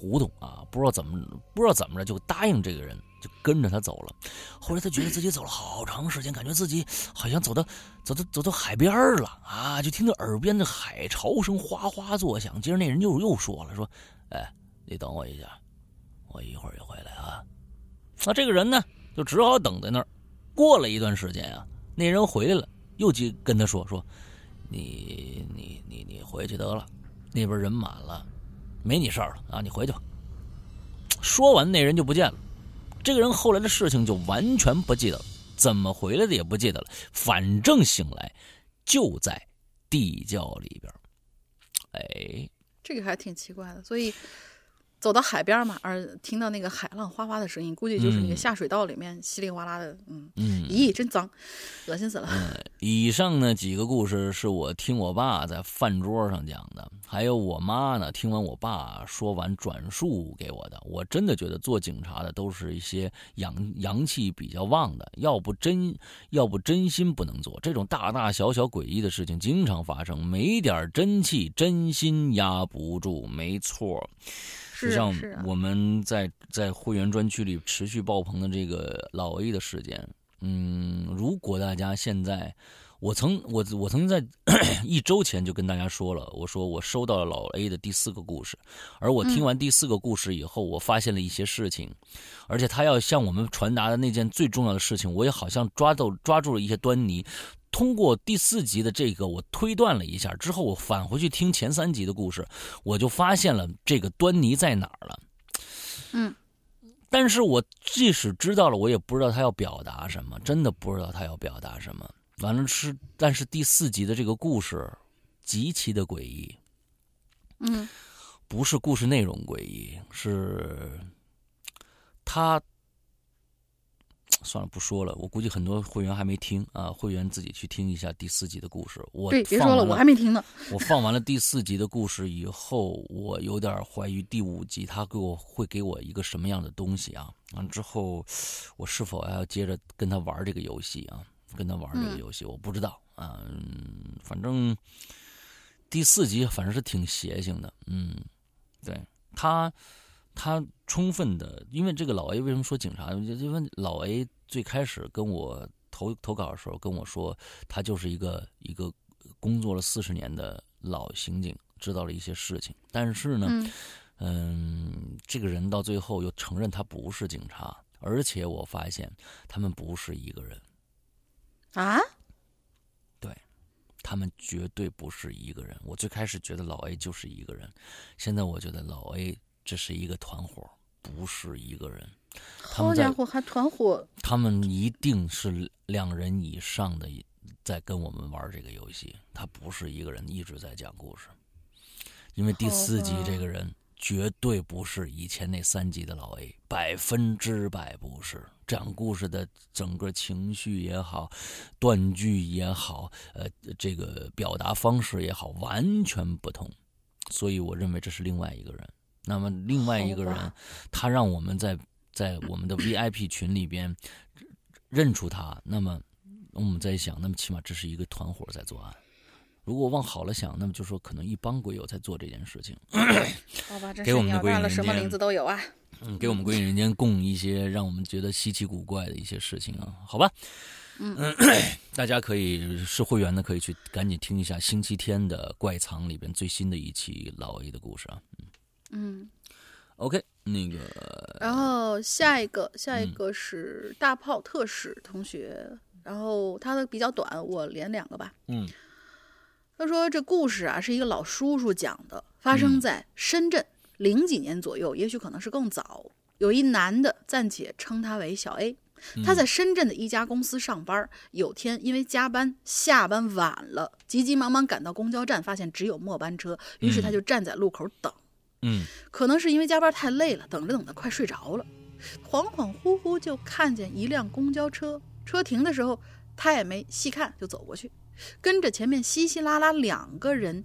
糊涂啊，不知道怎么着就答应这个人，就跟着他走了。后来他觉得自己走了好长时间，感觉自己好像走到海边了啊，就听到耳边的海潮声哗哗作响。接着那人又说了，说：“哎，你等我一下，我一会儿就回来啊。”那这个人呢，就只好等在那儿。过了一段时间啊，那人回来了，又跟他说：“你回去得了，那边人满了，没你事儿了啊，你回去吧。”说完，那人就不见了。这个人后来的事情就完全不记得了，怎么回来的也不记得了，反正醒来就在地窖里边。哎， 这个还挺奇怪的。所以走到海边嘛，而听到那个海浪哗哗的声音，估计就是那个下水道里面稀里哗啦的，咦，真脏，恶心死了。 以上呢几个故事是我听我爸在饭桌上讲的，还有我妈呢听完我爸说完转述给我的。我真的觉得做警察的都是一些阳气比较旺的，要不真心不能做这种大大小小诡异的事情，经常发生，没点真气，真心压不住。没错。实际上，我们在会员专区里持续爆棚的这个老 A 的事件，如果大家现在，我曾经在1周前就跟大家说了，我说我收到了老 A 的第4个故事，而我听完第4个故事以后，我发现了一些事情，而且他要向我们传达的那件最重要的事情，我也好像抓住了一些端倪。通过第4集的这个，我推断了一下之后，我返回去听前3集的故事，我就发现了这个端倪在哪儿了。但是我即使知道了，我也不知道他要表达什么，真的不知道他要表达什么。但是第4集的这个故事极其的诡异。不是故事内容诡异，是他。算了，不说了。我估计很多会员还没听啊，会员自己去听一下第4集的故事。 对，别说了，我还没听呢。 我放完了第4集的故事以后，我有点怀疑第5集他会给我一个什么样的东西啊？完之后，我是否要接着跟他玩这个游戏啊？我不知道啊。反正第4集反正是挺邪性的。对他充分的，因为这个老 A 为什么说警察？因为老 A 最开始跟我投稿的时候跟我说，他就是一个工作了40年的老刑警，知道了一些事情。但是呢，这个人到最后又承认他不是警察，而且我发现他们不是一个人啊。 对，他们绝对不是一个人。我最开始觉得老 A 就是一个人，现在我觉得老 A。这是一个团伙，不是一个人。 好家伙，还团伙！ 他们一定是2人以上的在跟我们玩这个游戏，他不是一个人一直在讲故事。因为第4集这个人绝对不是以前那3集的老 A，100%不是。讲故事的整个情绪也好，断句也好，这个表达方式也好，完全不同。所以我认为这是另外一个人。那么另外一个人，他让我们在我们的 VIP 群里边认出他，那么我们在想，那么起码这是一个团伙在作案。如果往好了想，那么就说可能一帮鬼友在做这件事情。 好吧，这是鸟大了，什么名字都有啊。 给我们鬼影人间供一些让我们觉得稀奇古怪的一些事情啊，好吧。大家可以是会员的，可以去赶紧听一下星期天的怪藏里边最新的一期老 A 的故事啊。OK， 那个， 然后下一个是大炮特使同学，然后他的比较短，我连2个吧。他说这故事啊是一个老叔叔讲的，发生在深圳00几年左右，也许可能是更早。有一男的，暂且称他为小 A，他在深圳的一家公司上班，有天因为加班下班晚了，急急忙忙赶到公交站，发现只有末班车，于是他就站在路口等。可能是因为加班太累了，等着快睡着了，恍恍惚惚就看见一辆公交车，车停的时候他也没细看，就走过去，跟着前面稀稀拉拉的2个人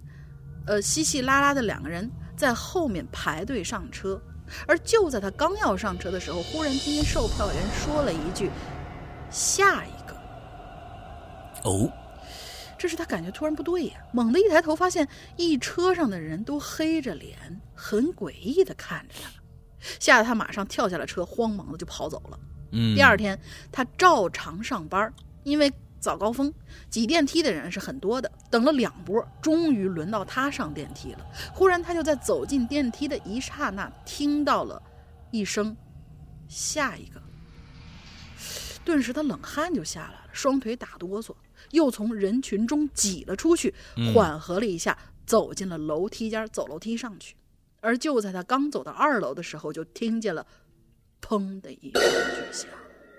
在后面排队上车。而就在他刚要上车的时候，忽然听见售票员说了一句：“下一个。” 这时他感觉突然不对呀，猛地一抬头，发现一车上的人都黑着脸，很诡异地看着他，吓得他马上跳下了车，慌忙的就跑走了。第二天他照常上班，因为早高峰挤电梯的人是很多的，等了2波，终于轮到他上电梯了。忽然他就在走进电梯的一刹那听到了一声下一个，顿时他冷汗就下来了，双腿打哆嗦，又从人群中挤了出去，缓和了一下，走进了楼梯间，走楼梯上去。而就在他刚走到2楼的时候，就听见了砰的一声巨响。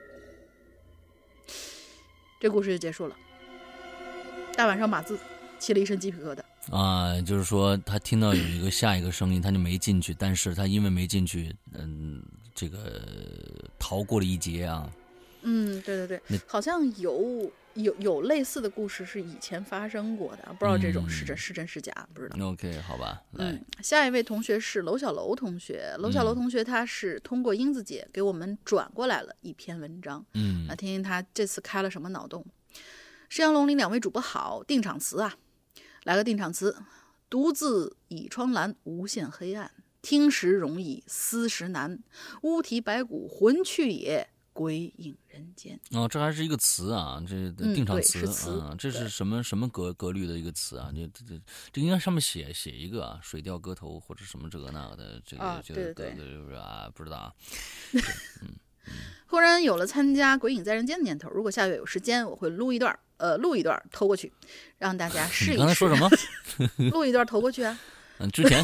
这故事就结束了。大晚上码字，起了一身鸡皮疙瘩啊，就是说他听到有一个下一个声音，他就没进去，但是他因为没进去，这个逃过了一劫啊。 对对对，好像有类似的故事是以前发生过的，不知道这种是真是假，不知道。 OK， 好吧。 下一位同学是娄小楼同学。娄小楼同学他是通过英子姐给我们转过来了一篇文章，听听他这次开了什么脑洞。山羊龙鳞2位主播好，定场词啊，来个定场词：独自倚窗栏，无限黑暗，听时容易思时难，乌啼白骨魂去也，归隐人间。 这还是一个词啊，这定场词啊， 这是什么格律的一个词啊？这应该上面写一个啊，水调歌头或者什么这个那个的，这个对啊，不知道啊。 忽然有了参加《鬼影在人间》的念头，如果下月有时间，我会录一段投过去，让大家试一试。 你刚才说什么？ 录一段投过去啊？ 之前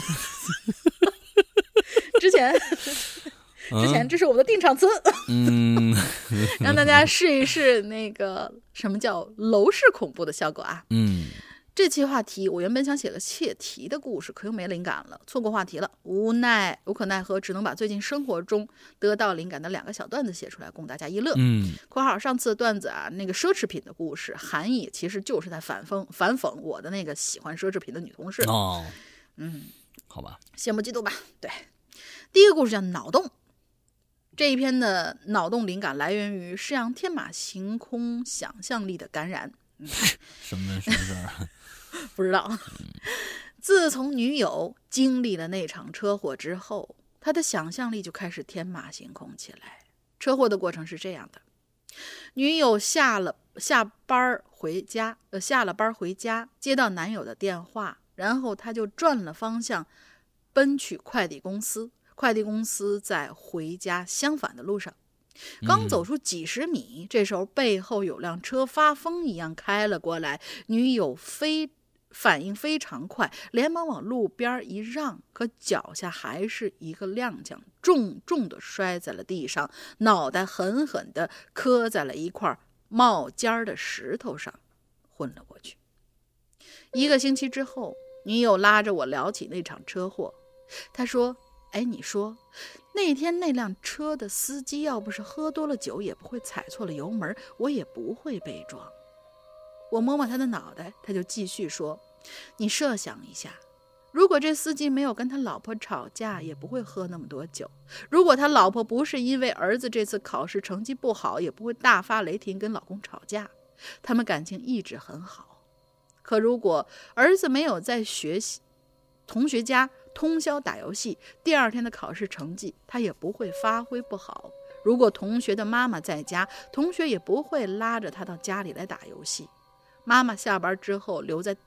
这是我们的定场词。让大家试一试那个什么叫楼市恐怖的效果啊。这期话题我原本想写个切题的故事，可又没灵感了，错过话题了，无可奈何，只能把最近生活中得到灵感的2个小段子写出来，供大家一乐。括号上次的段子啊，那个奢侈品的故事，含义其实就是在反讽我的那个喜欢奢侈品的女同事。 好吧， 羡慕嫉妒吧。对，第一个故事叫脑洞。这一篇的脑洞灵感来源于施阳天马行空想象力的感染。 什么事儿？ 不知道。自从女友经历了那场车祸之后，他的想象力就开始天马行空起来。车祸的过程是这样的：女友下了班回家，接到男友的电话，然后他就转了方向，奔去快递公司。快递公司在回家相反的路上，刚走出几十米，这时候背后有辆车发疯一样开了过来，女友反应非常快，连忙往路边一让，可脚下还是一个踉跄，重重的摔在了地上，脑袋狠狠地磕在了一块冒尖的石头上，昏了过去。1个星期之后，女友拉着我聊起那场车祸，她说：你说那天那辆车的司机要不是喝多了酒，也不会踩错了油门，我也不会被撞。我摸摸他的脑袋，他就继续说：你设想一下，如果这司机没有跟他老婆吵架，也不会喝那么多酒；如果他老婆不是因为儿子这次考试成绩不好，也不会大发雷霆跟老公吵架，他们感情一直很好。可如果儿子没有在同学家通宵打游戏，第2天的考试成绩他也不会发挥不好。如果同学的妈妈在家，同学也不会拉着他到家里来打游戏。妈妈下班之后留在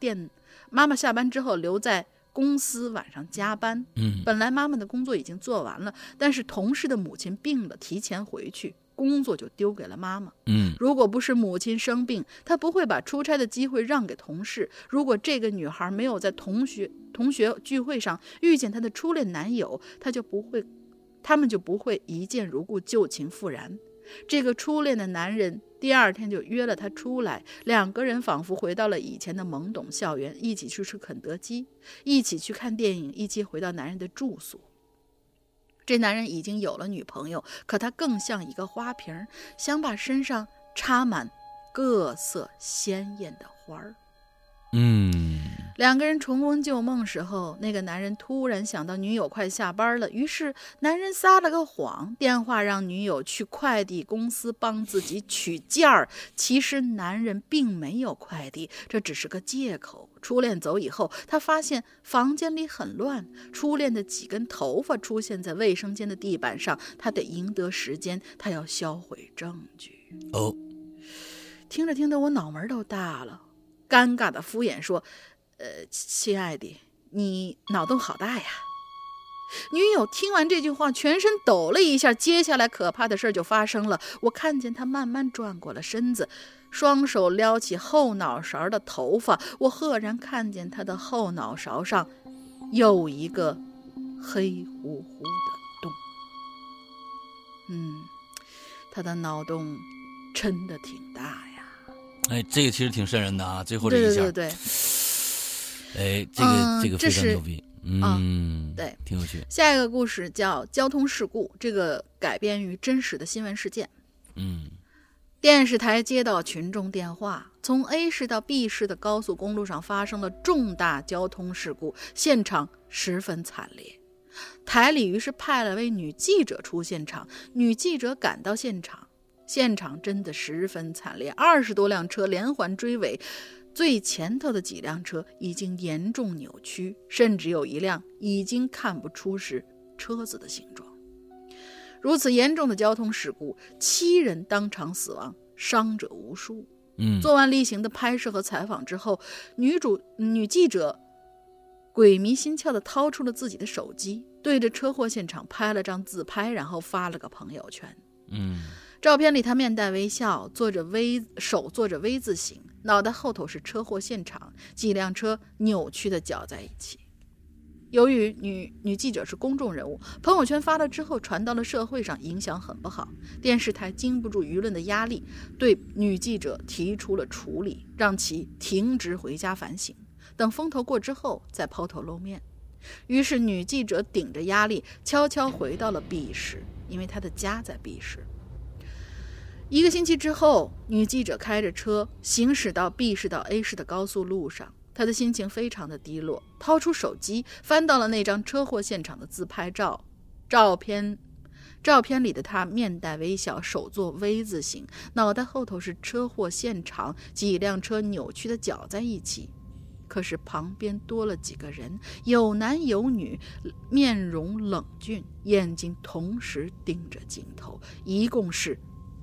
公司晚上加班。本来妈妈的工作已经做完了，但是同事的母亲病了，提前回去，工作就丢给了妈妈。如果不是母亲生病，她不会把出差的机会让给同事。如果这个女孩没有在同学聚会上遇见她的初恋男友，他们就不会一见如故，旧情复燃。这个初恋的男人第2天就约了她出来，2个人仿佛回到了以前的懵懂校园，一起去吃肯德基，一起去看电影，一起回到男人的住所。这男人已经有了女朋友，可他更像一个花瓶，想把身上插满各色鲜艳的花儿。 两个人重温旧梦时候，那个男人突然想到女友快下班了，于是男人撒了个谎，电话让女友去快递公司帮自己取件儿。其实男人并没有快递，这只是个借口。初恋走以后，他发现房间里很乱，初恋的几根头发出现在卫生间的地板上，他得赢得时间，他要销毁证据。 哦， 听着听着我脑门都大了，尴尬的敷衍说，亲爱的，你脑洞好大呀。女友听完这句话，全身抖了一下，接下来可怕的事就发生了。我看见她慢慢转过了身子，双手撩起后脑勺的头发，我赫然看见她的后脑勺上有一个黑乎乎的洞。她的脑洞真的挺大呀。 哎，这个其实挺瘆人的啊，最后这一下。 对。 哎，这个非常牛逼。 对， 挺有趣。 下一个故事叫交通事故，这个改编于真实的新闻事件。电视台接到群众电话，从 A 市到 B 市的高速公路上发生了重大交通事故，现场十分惨烈。台里于是派了位女记者出现场，女记者赶到现场，现场真的十分惨烈，20多辆车连环追尾，最前头的几辆车已经严重扭曲，甚至有一辆已经看不出是车子的形状。如此严重的交通事故，7人当场死亡，伤者无数。做完例行的拍摄和采访之后，女记者鬼迷心窍地掏出了自己的手机，对着车祸现场拍了张自拍，然后发了个朋友圈。照片里，他面带微笑，手做着 V 字形，脑袋后头是车祸现场，几辆车扭曲的搅在一起。由于女记者是公众人物，朋友圈发了之后传到了社会上，影响很不好。电视台经不住舆论的压力，对女记者提出了处理，让其停职回家反省，等风头过之后再抛头露面。于是女记者顶着压力悄悄回到了 B 市，因为她的家在 B 市。1个星期之后，女记者开着车行驶到 B 市到 A 市的高速路上，她的心情非常的低落，掏出手机翻到了那张车祸现场的自拍照。照片里的她面带微笑，手做 V 字形，脑袋后头是车祸现场，几辆车扭曲的搅在一起。可是旁边多了几个人，有男有女，面容冷峻，眼睛同时盯着镜头，一共是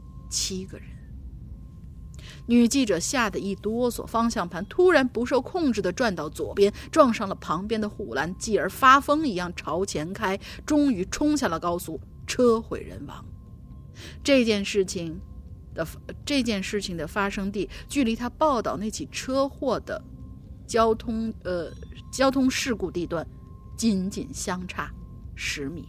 7个人。女记者吓得一哆嗦，方向盘突然不受控制地转到左边，撞上了旁边的护栏，继而发疯一样朝前开，终于冲下了高速，车毁人亡。这件事情的发生地距离他报道那起车祸的交通事故地段仅仅相差10米。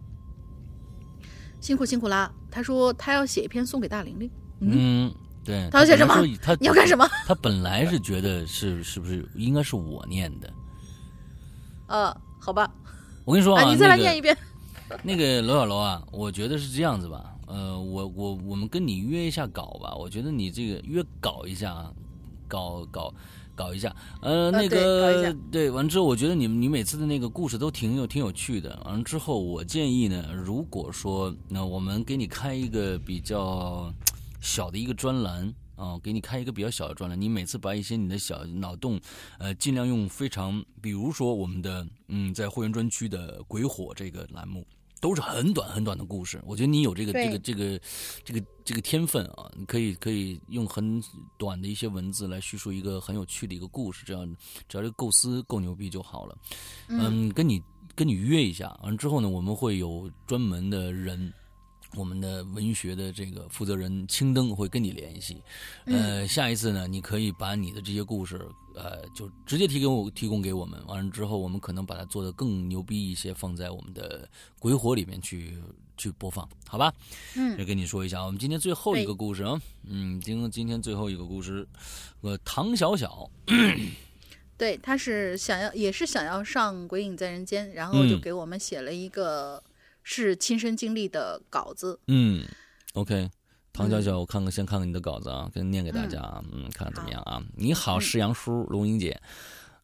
辛苦啦！他说他要写一篇送给大玲玲。 对， 他要写什么？你要干什么？ 他本来是觉得是不是应该是我念的？ 好吧。 我跟你说啊， 你再来念一遍。 那个罗小楼啊，我觉得是这样子吧。我们跟你约一下稿吧。我觉得你这个约稿一下啊，搞一下，那个对，完之后我觉得你每次的那个故事都挺有趣的。完了之后，我建议呢，如果说那我们给你开一个比较小的一个专栏啊，给你开一个比较小的专栏，你每次把一些你的小脑洞，尽量用非常，比如说我们的在会员专区的鬼火这个栏目。都是很短的故事，我觉得你有这个天分啊，你可以用很短的一些文字来叙述一个很有趣的一个故事，只要这个构思够牛逼就好了。跟你约一下，完之后呢，我们会有专门的人。我们的文学的这个负责人青灯会跟你联系，下一次呢，你可以把你的这些故事，就直接提供给我们，完了之后，我们可能把它做得更牛逼一些，放在我们的鬼火里面去播放，好吧？再跟你说一下，我们今天最后一个故事啊，今天最后一个故事，唐小小。 对，他是也是想要上《鬼影在人间》，然后就给我们写了一个。是亲身经历的稿子。 OK， 唐小小，我先看看你的稿子啊，念给大家啊，看看怎么样啊？你好，石阳叔，龙英姐，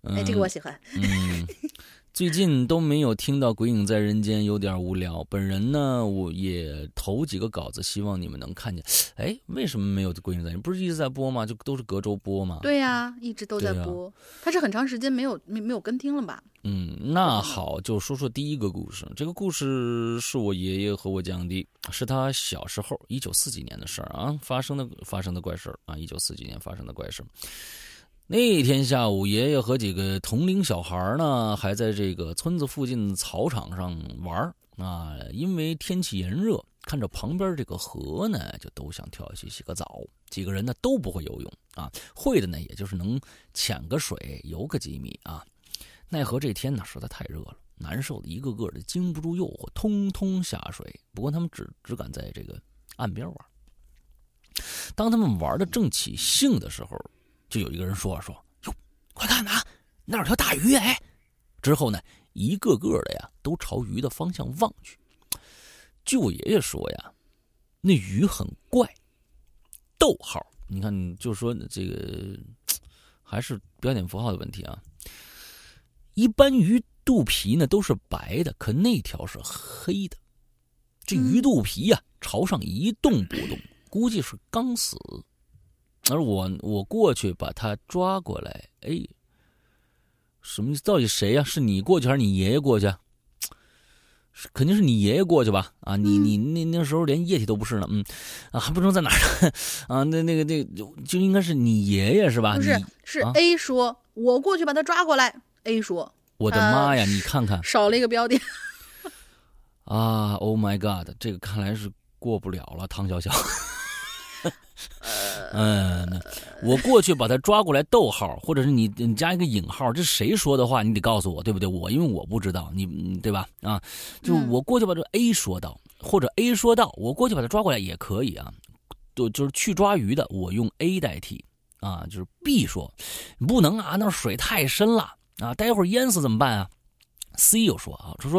哎，这个我喜欢。 最近都没有听到《鬼影在人间》，有点无聊。本人呢，我也投几个稿子，希望你们能看见。哎，为什么没有《鬼影在人间》？不是一直在播吗？就都是隔周播吗？ 对呀，一直都在播。它是很长时间没有跟听了吧？ 那好，就说说第一个故事。这个故事是我爷爷和我讲的，是他小时候1940几年的事儿啊，发生的怪事儿啊，1940几年发生的怪事儿。那天下午，爷爷和几个同龄小孩呢，还在这个村子附近草场上玩啊。因为天气炎热，看着旁边这个河呢，就都想跳下去洗个澡。几个人呢都不会游泳啊，会的呢也就是能潜个水，游个几米啊。奈何这天呢实在太热了，难受的一个个的经不住诱惑，通通下水。不过他们只敢在这个岸边玩。当他们玩的正起兴的时候，就有一个人说哟，快看呐，那有条大鱼哎！之后呢，一个个的呀都朝鱼的方向望去。据我爷爷说呀，那鱼很怪。逗号，你看，就说这个还是标点符号的问题啊。一般鱼肚皮呢都是白的，可那条是黑的。这鱼肚皮呀朝上一动不动，估计是刚死。而我过去把他抓过来，哎，什么意思？到底谁呀？是你过去还是你爷爷过去？肯定是你爷爷过去吧？啊，你那时候连液体都不是呢，还不知道在哪儿啊？那个就应该是你爷爷是吧？ 不是，是 A 说，我过去把他抓过来。A 说， 我的妈呀，你看看， 少了一个标点啊 ！Oh my God， 这个看来是过不了了，唐小小。我过去把他抓过来，逗号，或者是你加一个引号，这是谁说的话？你得告诉我，对不对？因为我不知道，你对吧？啊，就是我过去把这 A 说到，或者 A 说到，我过去把他抓过来也可以啊。就是去抓鱼的，我用 A 代替啊。就是 B 说，不能啊，那水太深了啊，待会儿淹死怎么办啊 ？C 又说啊，就说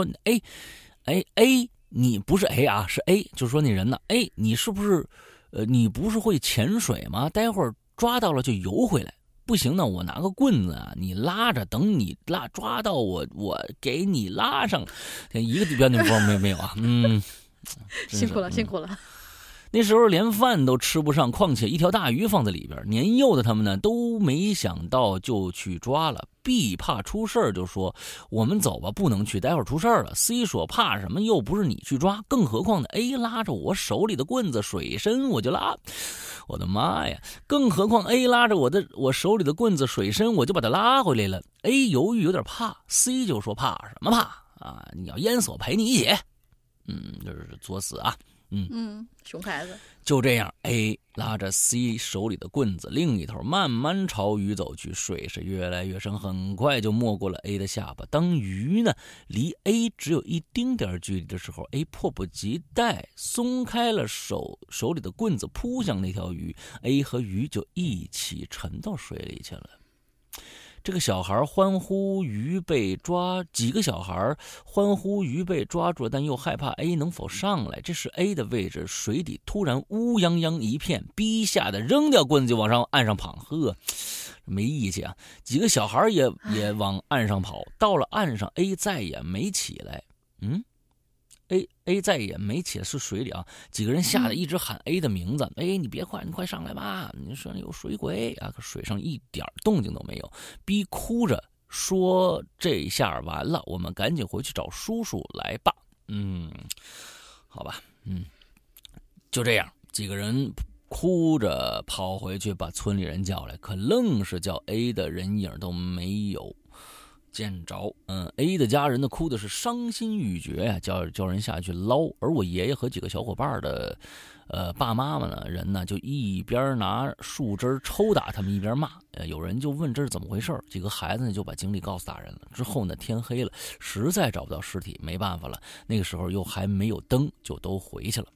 A，你不是 A 啊，是 A，就是说那人呢 ，A， 你是不是？你不是会潜水吗？待会儿抓到了就游回来。不行呢，我拿个棍子啊，你拉着，等你抓到我给你拉上。一个标点符号没有啊？ 辛苦了，辛苦了。 那时候连饭都吃不上，况且一条大鱼放在里边，年幼的他们呢都没想到就去抓了。B 怕出事儿，就说我们走吧，不能去，待会儿出事儿了。C 说怕什么，又不是你去抓，更何况呢 A 拉着我手里的棍子，水深我就拉，我的妈呀！更何况 A 拉着我手里的棍子，水深我就把它拉回来了。A 犹豫有点怕 ，C 就说怕什么怕啊？你要淹死我陪你一起，就是作死啊。 熊孩子。 就这样 ，A 拉着 C 手里的棍子，另一头慢慢朝鱼走去。水是越来越深，很快就没过了 A 的下巴。当鱼呢离 A 只有一丁点距离的时候 ，A 迫不及待松开了手里的棍子，扑向那条鱼。A 和鱼就一起沉到水里去了。这个小孩欢呼鱼被抓，几个小孩欢呼鱼被抓住了，但又害怕 A 能否上来。这时 A 的位置水底突然乌泱泱一片， B 吓得扔掉棍子就往岸上跑。呵，没义气啊！几个小孩也往岸上跑。到了岸上 A 再也没起来。A 再也没起来，是水里啊！几个人吓得一直喊 A 的名字。你别快，你快上来吧！你说有水鬼啊！可水上一点动静都没有。B 哭着说：“这下完了，我们赶紧回去找叔叔来吧。”好吧，就这样，几个人哭着跑回去，把村里人叫来，可愣是叫 A 的人影都没有见着。A 的家人呢哭的是伤心欲绝呀，叫人下去捞。而我爷爷和几个小伙伴的爸妈们呢人呢就一边拿树枝抽打他们，一边骂。有人就问这是怎么回事，几个孩子呢就把经历告诉大人了。之后呢天黑了，实在找不到尸体，没办法了，那个时候又还没有灯，就都回去了。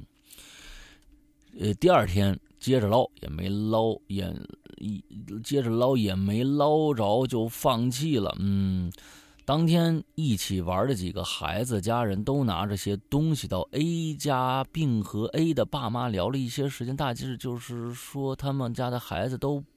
第二天接着捞也没捞，也没捞着，就放弃了。当天一起玩的几个孩子家人都拿着些东西到 A 家，并和 A 的爸妈聊了一些时间，大致就是说他们家的孩子都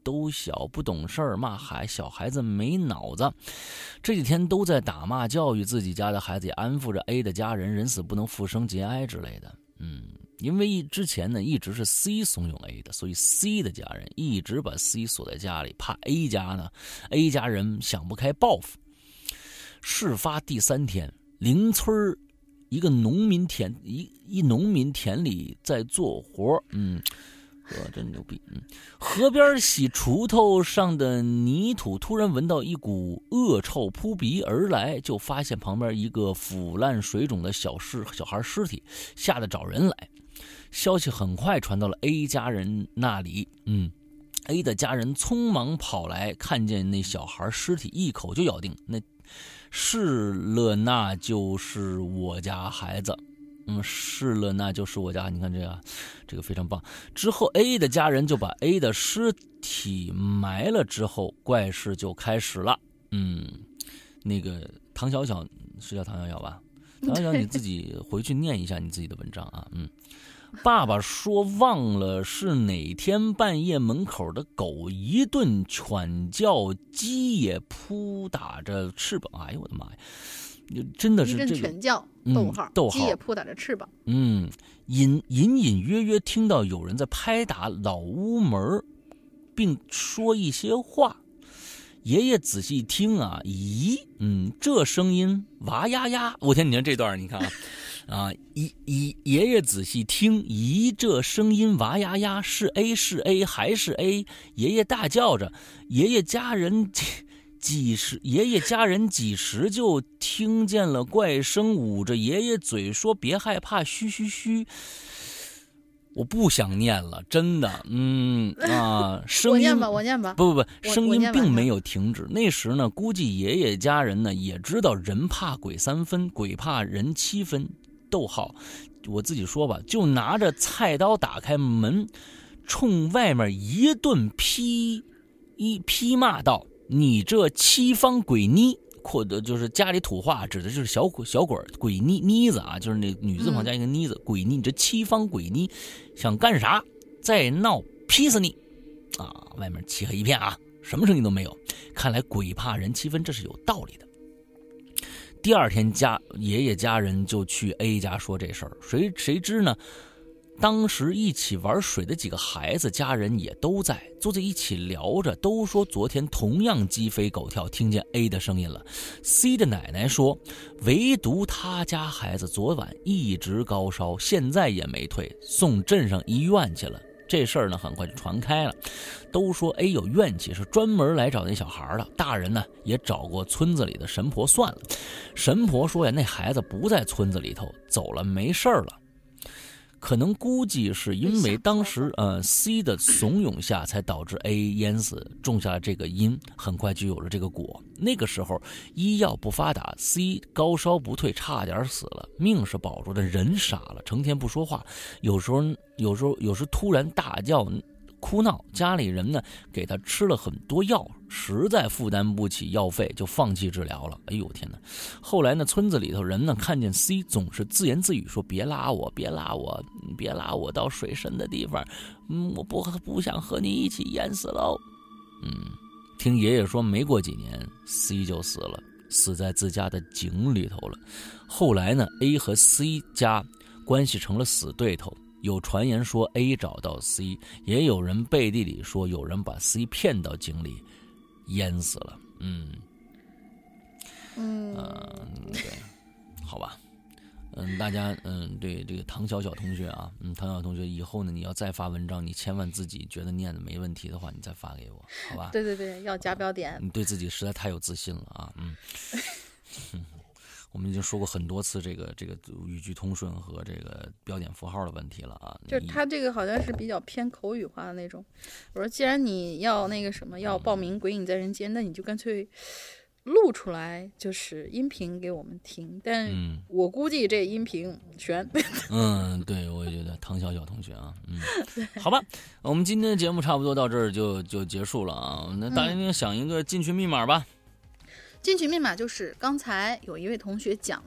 都小不懂事儿，骂小孩子没脑子。这几天都在打骂教育自己家的孩子，也安抚着 A 的家人，人死不能复生节哀之类的。因为之前呢一直是 C 怂恿 A 的，所以 C 的家人一直把 C 锁在家里，怕 A 家人想不开报复。事发第3天，邻村一个农民田农民田里在做活，真牛逼。河边洗锄头上的泥土，突然闻到一股恶臭扑鼻而来，就发现旁边一个腐烂水肿的小孩尸体，吓得找人来。消息很快传到了 A 家人那里。A 的家人匆忙跑来，看见那小孩尸体，一口就咬定是了，那就是我家孩子。是了，那就是我家。你看这个非常棒。之后 A 的家人就把 A 的尸体埋了，之后怪事就开始了。那个唐小小是叫唐小小吧？唐小小，你自己回去念一下你自己的文章啊。爸爸说忘了是哪天半夜，门口的狗一顿犬叫，鸡也扑打着翅膀。哎呦我的妈呀！真的是这个一阵犬叫，鸡也扑打着翅膀。 隐约听到有人在拍打老屋门，并说一些话。爷爷仔细听啊，这声音哇呀呀！我天，你看这段，你看爷爷仔细听，这声音哇呀呀，是 A 还是 A？ 爷爷大叫着，爷爷家人几时就听见了怪声，捂着爷爷嘴说别害怕，嘘嘘嘘。我不想念了，真的。声音我念吧。 不，声音并没有停止。那时呢，估计爷爷家人呢也知道人怕鬼3分，鬼怕人7分。我自己说吧，就拿着菜刀打开门，冲外面一顿批骂道：“你这七方鬼妮！”或者就是家里土话，指的就是小鬼鬼妮子啊，就是那女字旁加一个妮子，鬼妮，你这七方鬼妮想干啥？再闹劈死你！外面漆黑一片啊，什么声音都没有。看来鬼怕人7分，这是有道理的。第2天爷爷家人就去 A 家说这事儿，谁知呢？当时一起玩水的几个孩子家人也都在，坐在一起聊着，都说昨天同样鸡飞狗跳，听见 A 的声音了。C 的奶奶说，唯独他家孩子昨晚一直高烧，现在也没退，送镇上医院去了。这事儿呢很快就传开了，都说 A 有怨气，是专门来找那小孩的。大人呢也找过村子里的神婆算了，神婆说呀，那孩子不在村子里头，走了没事了。可能估计是因为当时C 的怂恿下，才导致 A 淹死，种下了这个因，很快就有了这个果。那个时候医药不发达， C 高烧不退，差点死了，命是保住的，人傻了，成天不说话，有时候突然大叫哭闹，家里人呢给他吃了很多药，实在负担不起药费，就放弃治疗了。哎呦天哪！后来呢，村子里头人呢看见 C 总是自言自语说别拉我到水深的地方，我不想和你一起淹死喽。听爷爷说没过几年 C 就死了，死在自家的井里头了。后来呢 A 和 C 家关系成了死对头，有传言说 A 找到 C， 也有人背地里说有人把 C 骗到井里淹死了。对，好吧。大家对这个唐小小同学啊，唐小小同学以后呢，你要再发文章，你千万自己觉得念的没问题的话，你再发给我，好吧？ 对，要加标点。 你对自己实在太有自信了啊，我们已经说过很多次这个语句通顺和这个标点符号的问题了啊。 就是他这个好像是比较偏口语化的那种。我说，既然你要那个什么，要报名《鬼影在人间》，那你就干脆录出来，就是音频给我们听。但我估计这音频悬。 对，我也觉得唐小小同学啊，好吧，我们今天的节目差不多到这儿就结束了啊。那大家想一个进群密码吧。 进群密码就是刚才有一位同学讲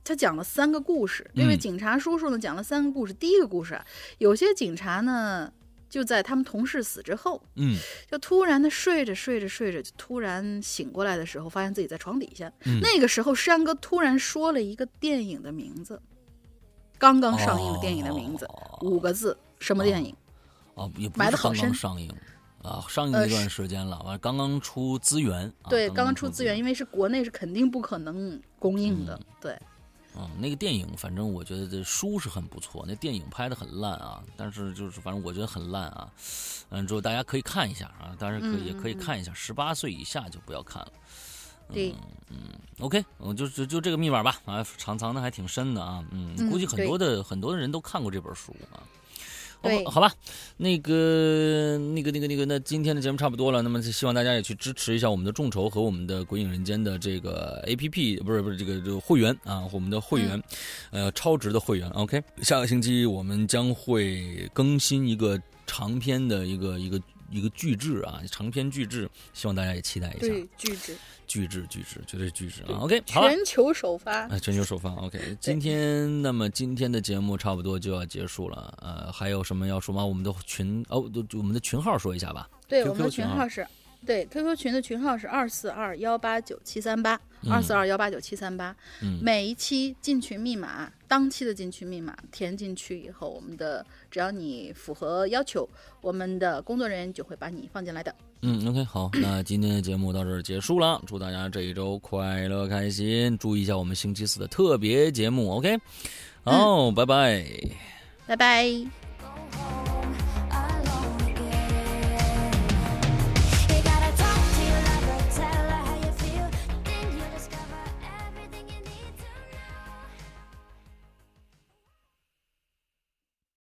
他讲了3个故事。这位警察叔叔呢讲了3个故事。第一个故事啊，有些警察呢就在他们同事死之后，就突然的睡着，就突然醒过来的时候，发现自己在床底下。那个时候山哥突然说了一个电影的名字，刚刚上映的电影的名字，5个字，什么电影？ 也不是刚刚上映啊，上映一段时间了，完刚刚出资源。 对，刚刚出资源，因为是国内是肯定不可能公映的，对。 那个电影反正我觉得这书是很不错，那电影拍的很烂啊，但是就是反正我觉得很烂啊。之后大家可以看一下啊，当然也可以看一下，18岁以下就不要看了。 对 ，OK， 就这个密码吧啊，藏的还挺深的啊，估计很多的人都看过这本书啊。好吧，那今天的节目差不多了，那么希望大家也去支持一下我们的众筹和我们的鬼影人间的这个 APP， 不是这个会员啊，我们的会员，超值的会员。OK， 下个星期我们将会更新一个长篇的一个巨制啊，长篇巨制，希望大家也期待一下。 对，巨制，绝对巨制啊 ！OK， 好了， 全球首发， 全球首发。OK， 今天的节目差不多就要结束了。还有什么要说吗？我们的群号说一下吧。 对，我们的群号是。对 ，QQ 群的群号是242-189-738，242-189-738。每一期进群密码，当期的进群密码填进去以后，只要你符合要求，我们的工作人员就会把你放进来的。 OK， 好，那今天的节目到这儿结束了，祝大家这一周快乐开心，注意一下我们星期4的特别节目。OK， 好，拜拜， 拜拜。